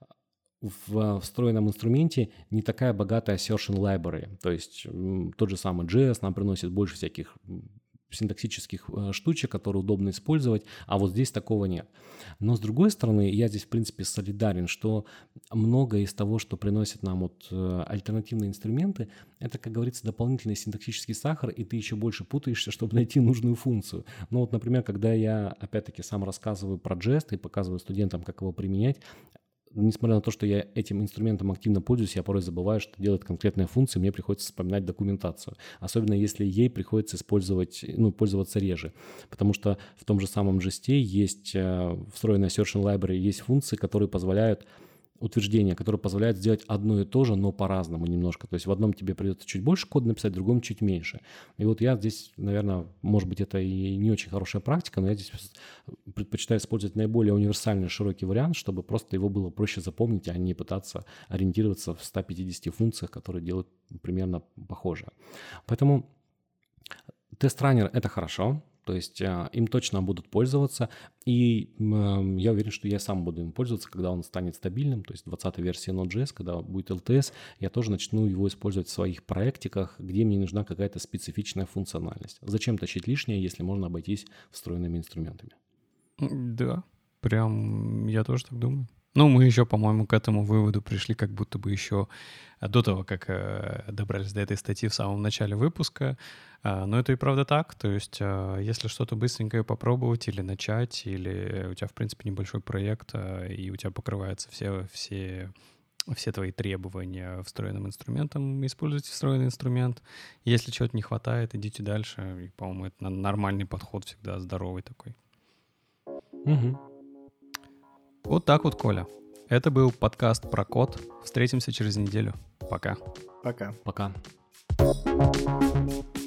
в встроенном инструменте не такая богатая assertion library, то есть тот же самый джей эс нам приносит больше всяких синтаксических штучек, которые удобно использовать, а вот здесь такого нет. Но с другой стороны, я здесь в принципе солидарен, что многое из того, что приносят нам вот альтернативные инструменты, это, как говорится, дополнительный синтаксический сахар, и ты еще больше путаешься, чтобы найти нужную функцию. Ну вот, например, когда я опять-таки сам рассказываю про джест и показываю студентам, как его применять, несмотря на то, что я этим инструментом активно пользуюсь, я порой забываю, что делает конкретная функция, мне приходится вспоминать документацию. Особенно если ей приходится использовать, ну, пользоваться реже. Потому что в том же самом джест есть встроенная assertion library, есть функции, которые позволяют утверждения, которые позволяют сделать одно и то же, но по-разному немножко. То есть в одном тебе придется чуть больше кода написать, в другом чуть меньше. И вот я здесь, наверное, может быть, это и не очень хорошая практика, но я здесь предпочитаю использовать наиболее универсальный широкий вариант, чтобы просто его было проще запомнить, а не пытаться ориентироваться в ста пятидесяти функциях, которые делают примерно похожее. Поэтому тест-раннер – это хорошо. То есть э, им точно будут пользоваться, и э, я уверен, что я сам буду им пользоваться, когда он станет стабильным, то есть двадцатая версия Node.js, когда будет эл ти эс, я тоже начну его использовать в своих проектиках, где мне нужна какая-то специфичная функциональность. Зачем тащить лишнее, если можно обойтись встроенными инструментами? Да, прям я тоже так думаю. Ну, мы еще, по-моему, к этому выводу пришли как будто бы еще до того, как э, добрались до этой статьи в самом начале выпуска. Э, но это и правда так. То есть э, если что-то быстренькое попробовать или начать, или у тебя, в принципе, небольшой проект, э, и у тебя покрываются все, все, все твои требования встроенным инструментом, используйте встроенный инструмент. Если чего-то не хватает, идите дальше. И, по-моему, это нормальный подход всегда, здоровый такой. Угу. Вот так вот, Коля. Это был подкаст про код. Встретимся через неделю. Пока. Пока. Пока.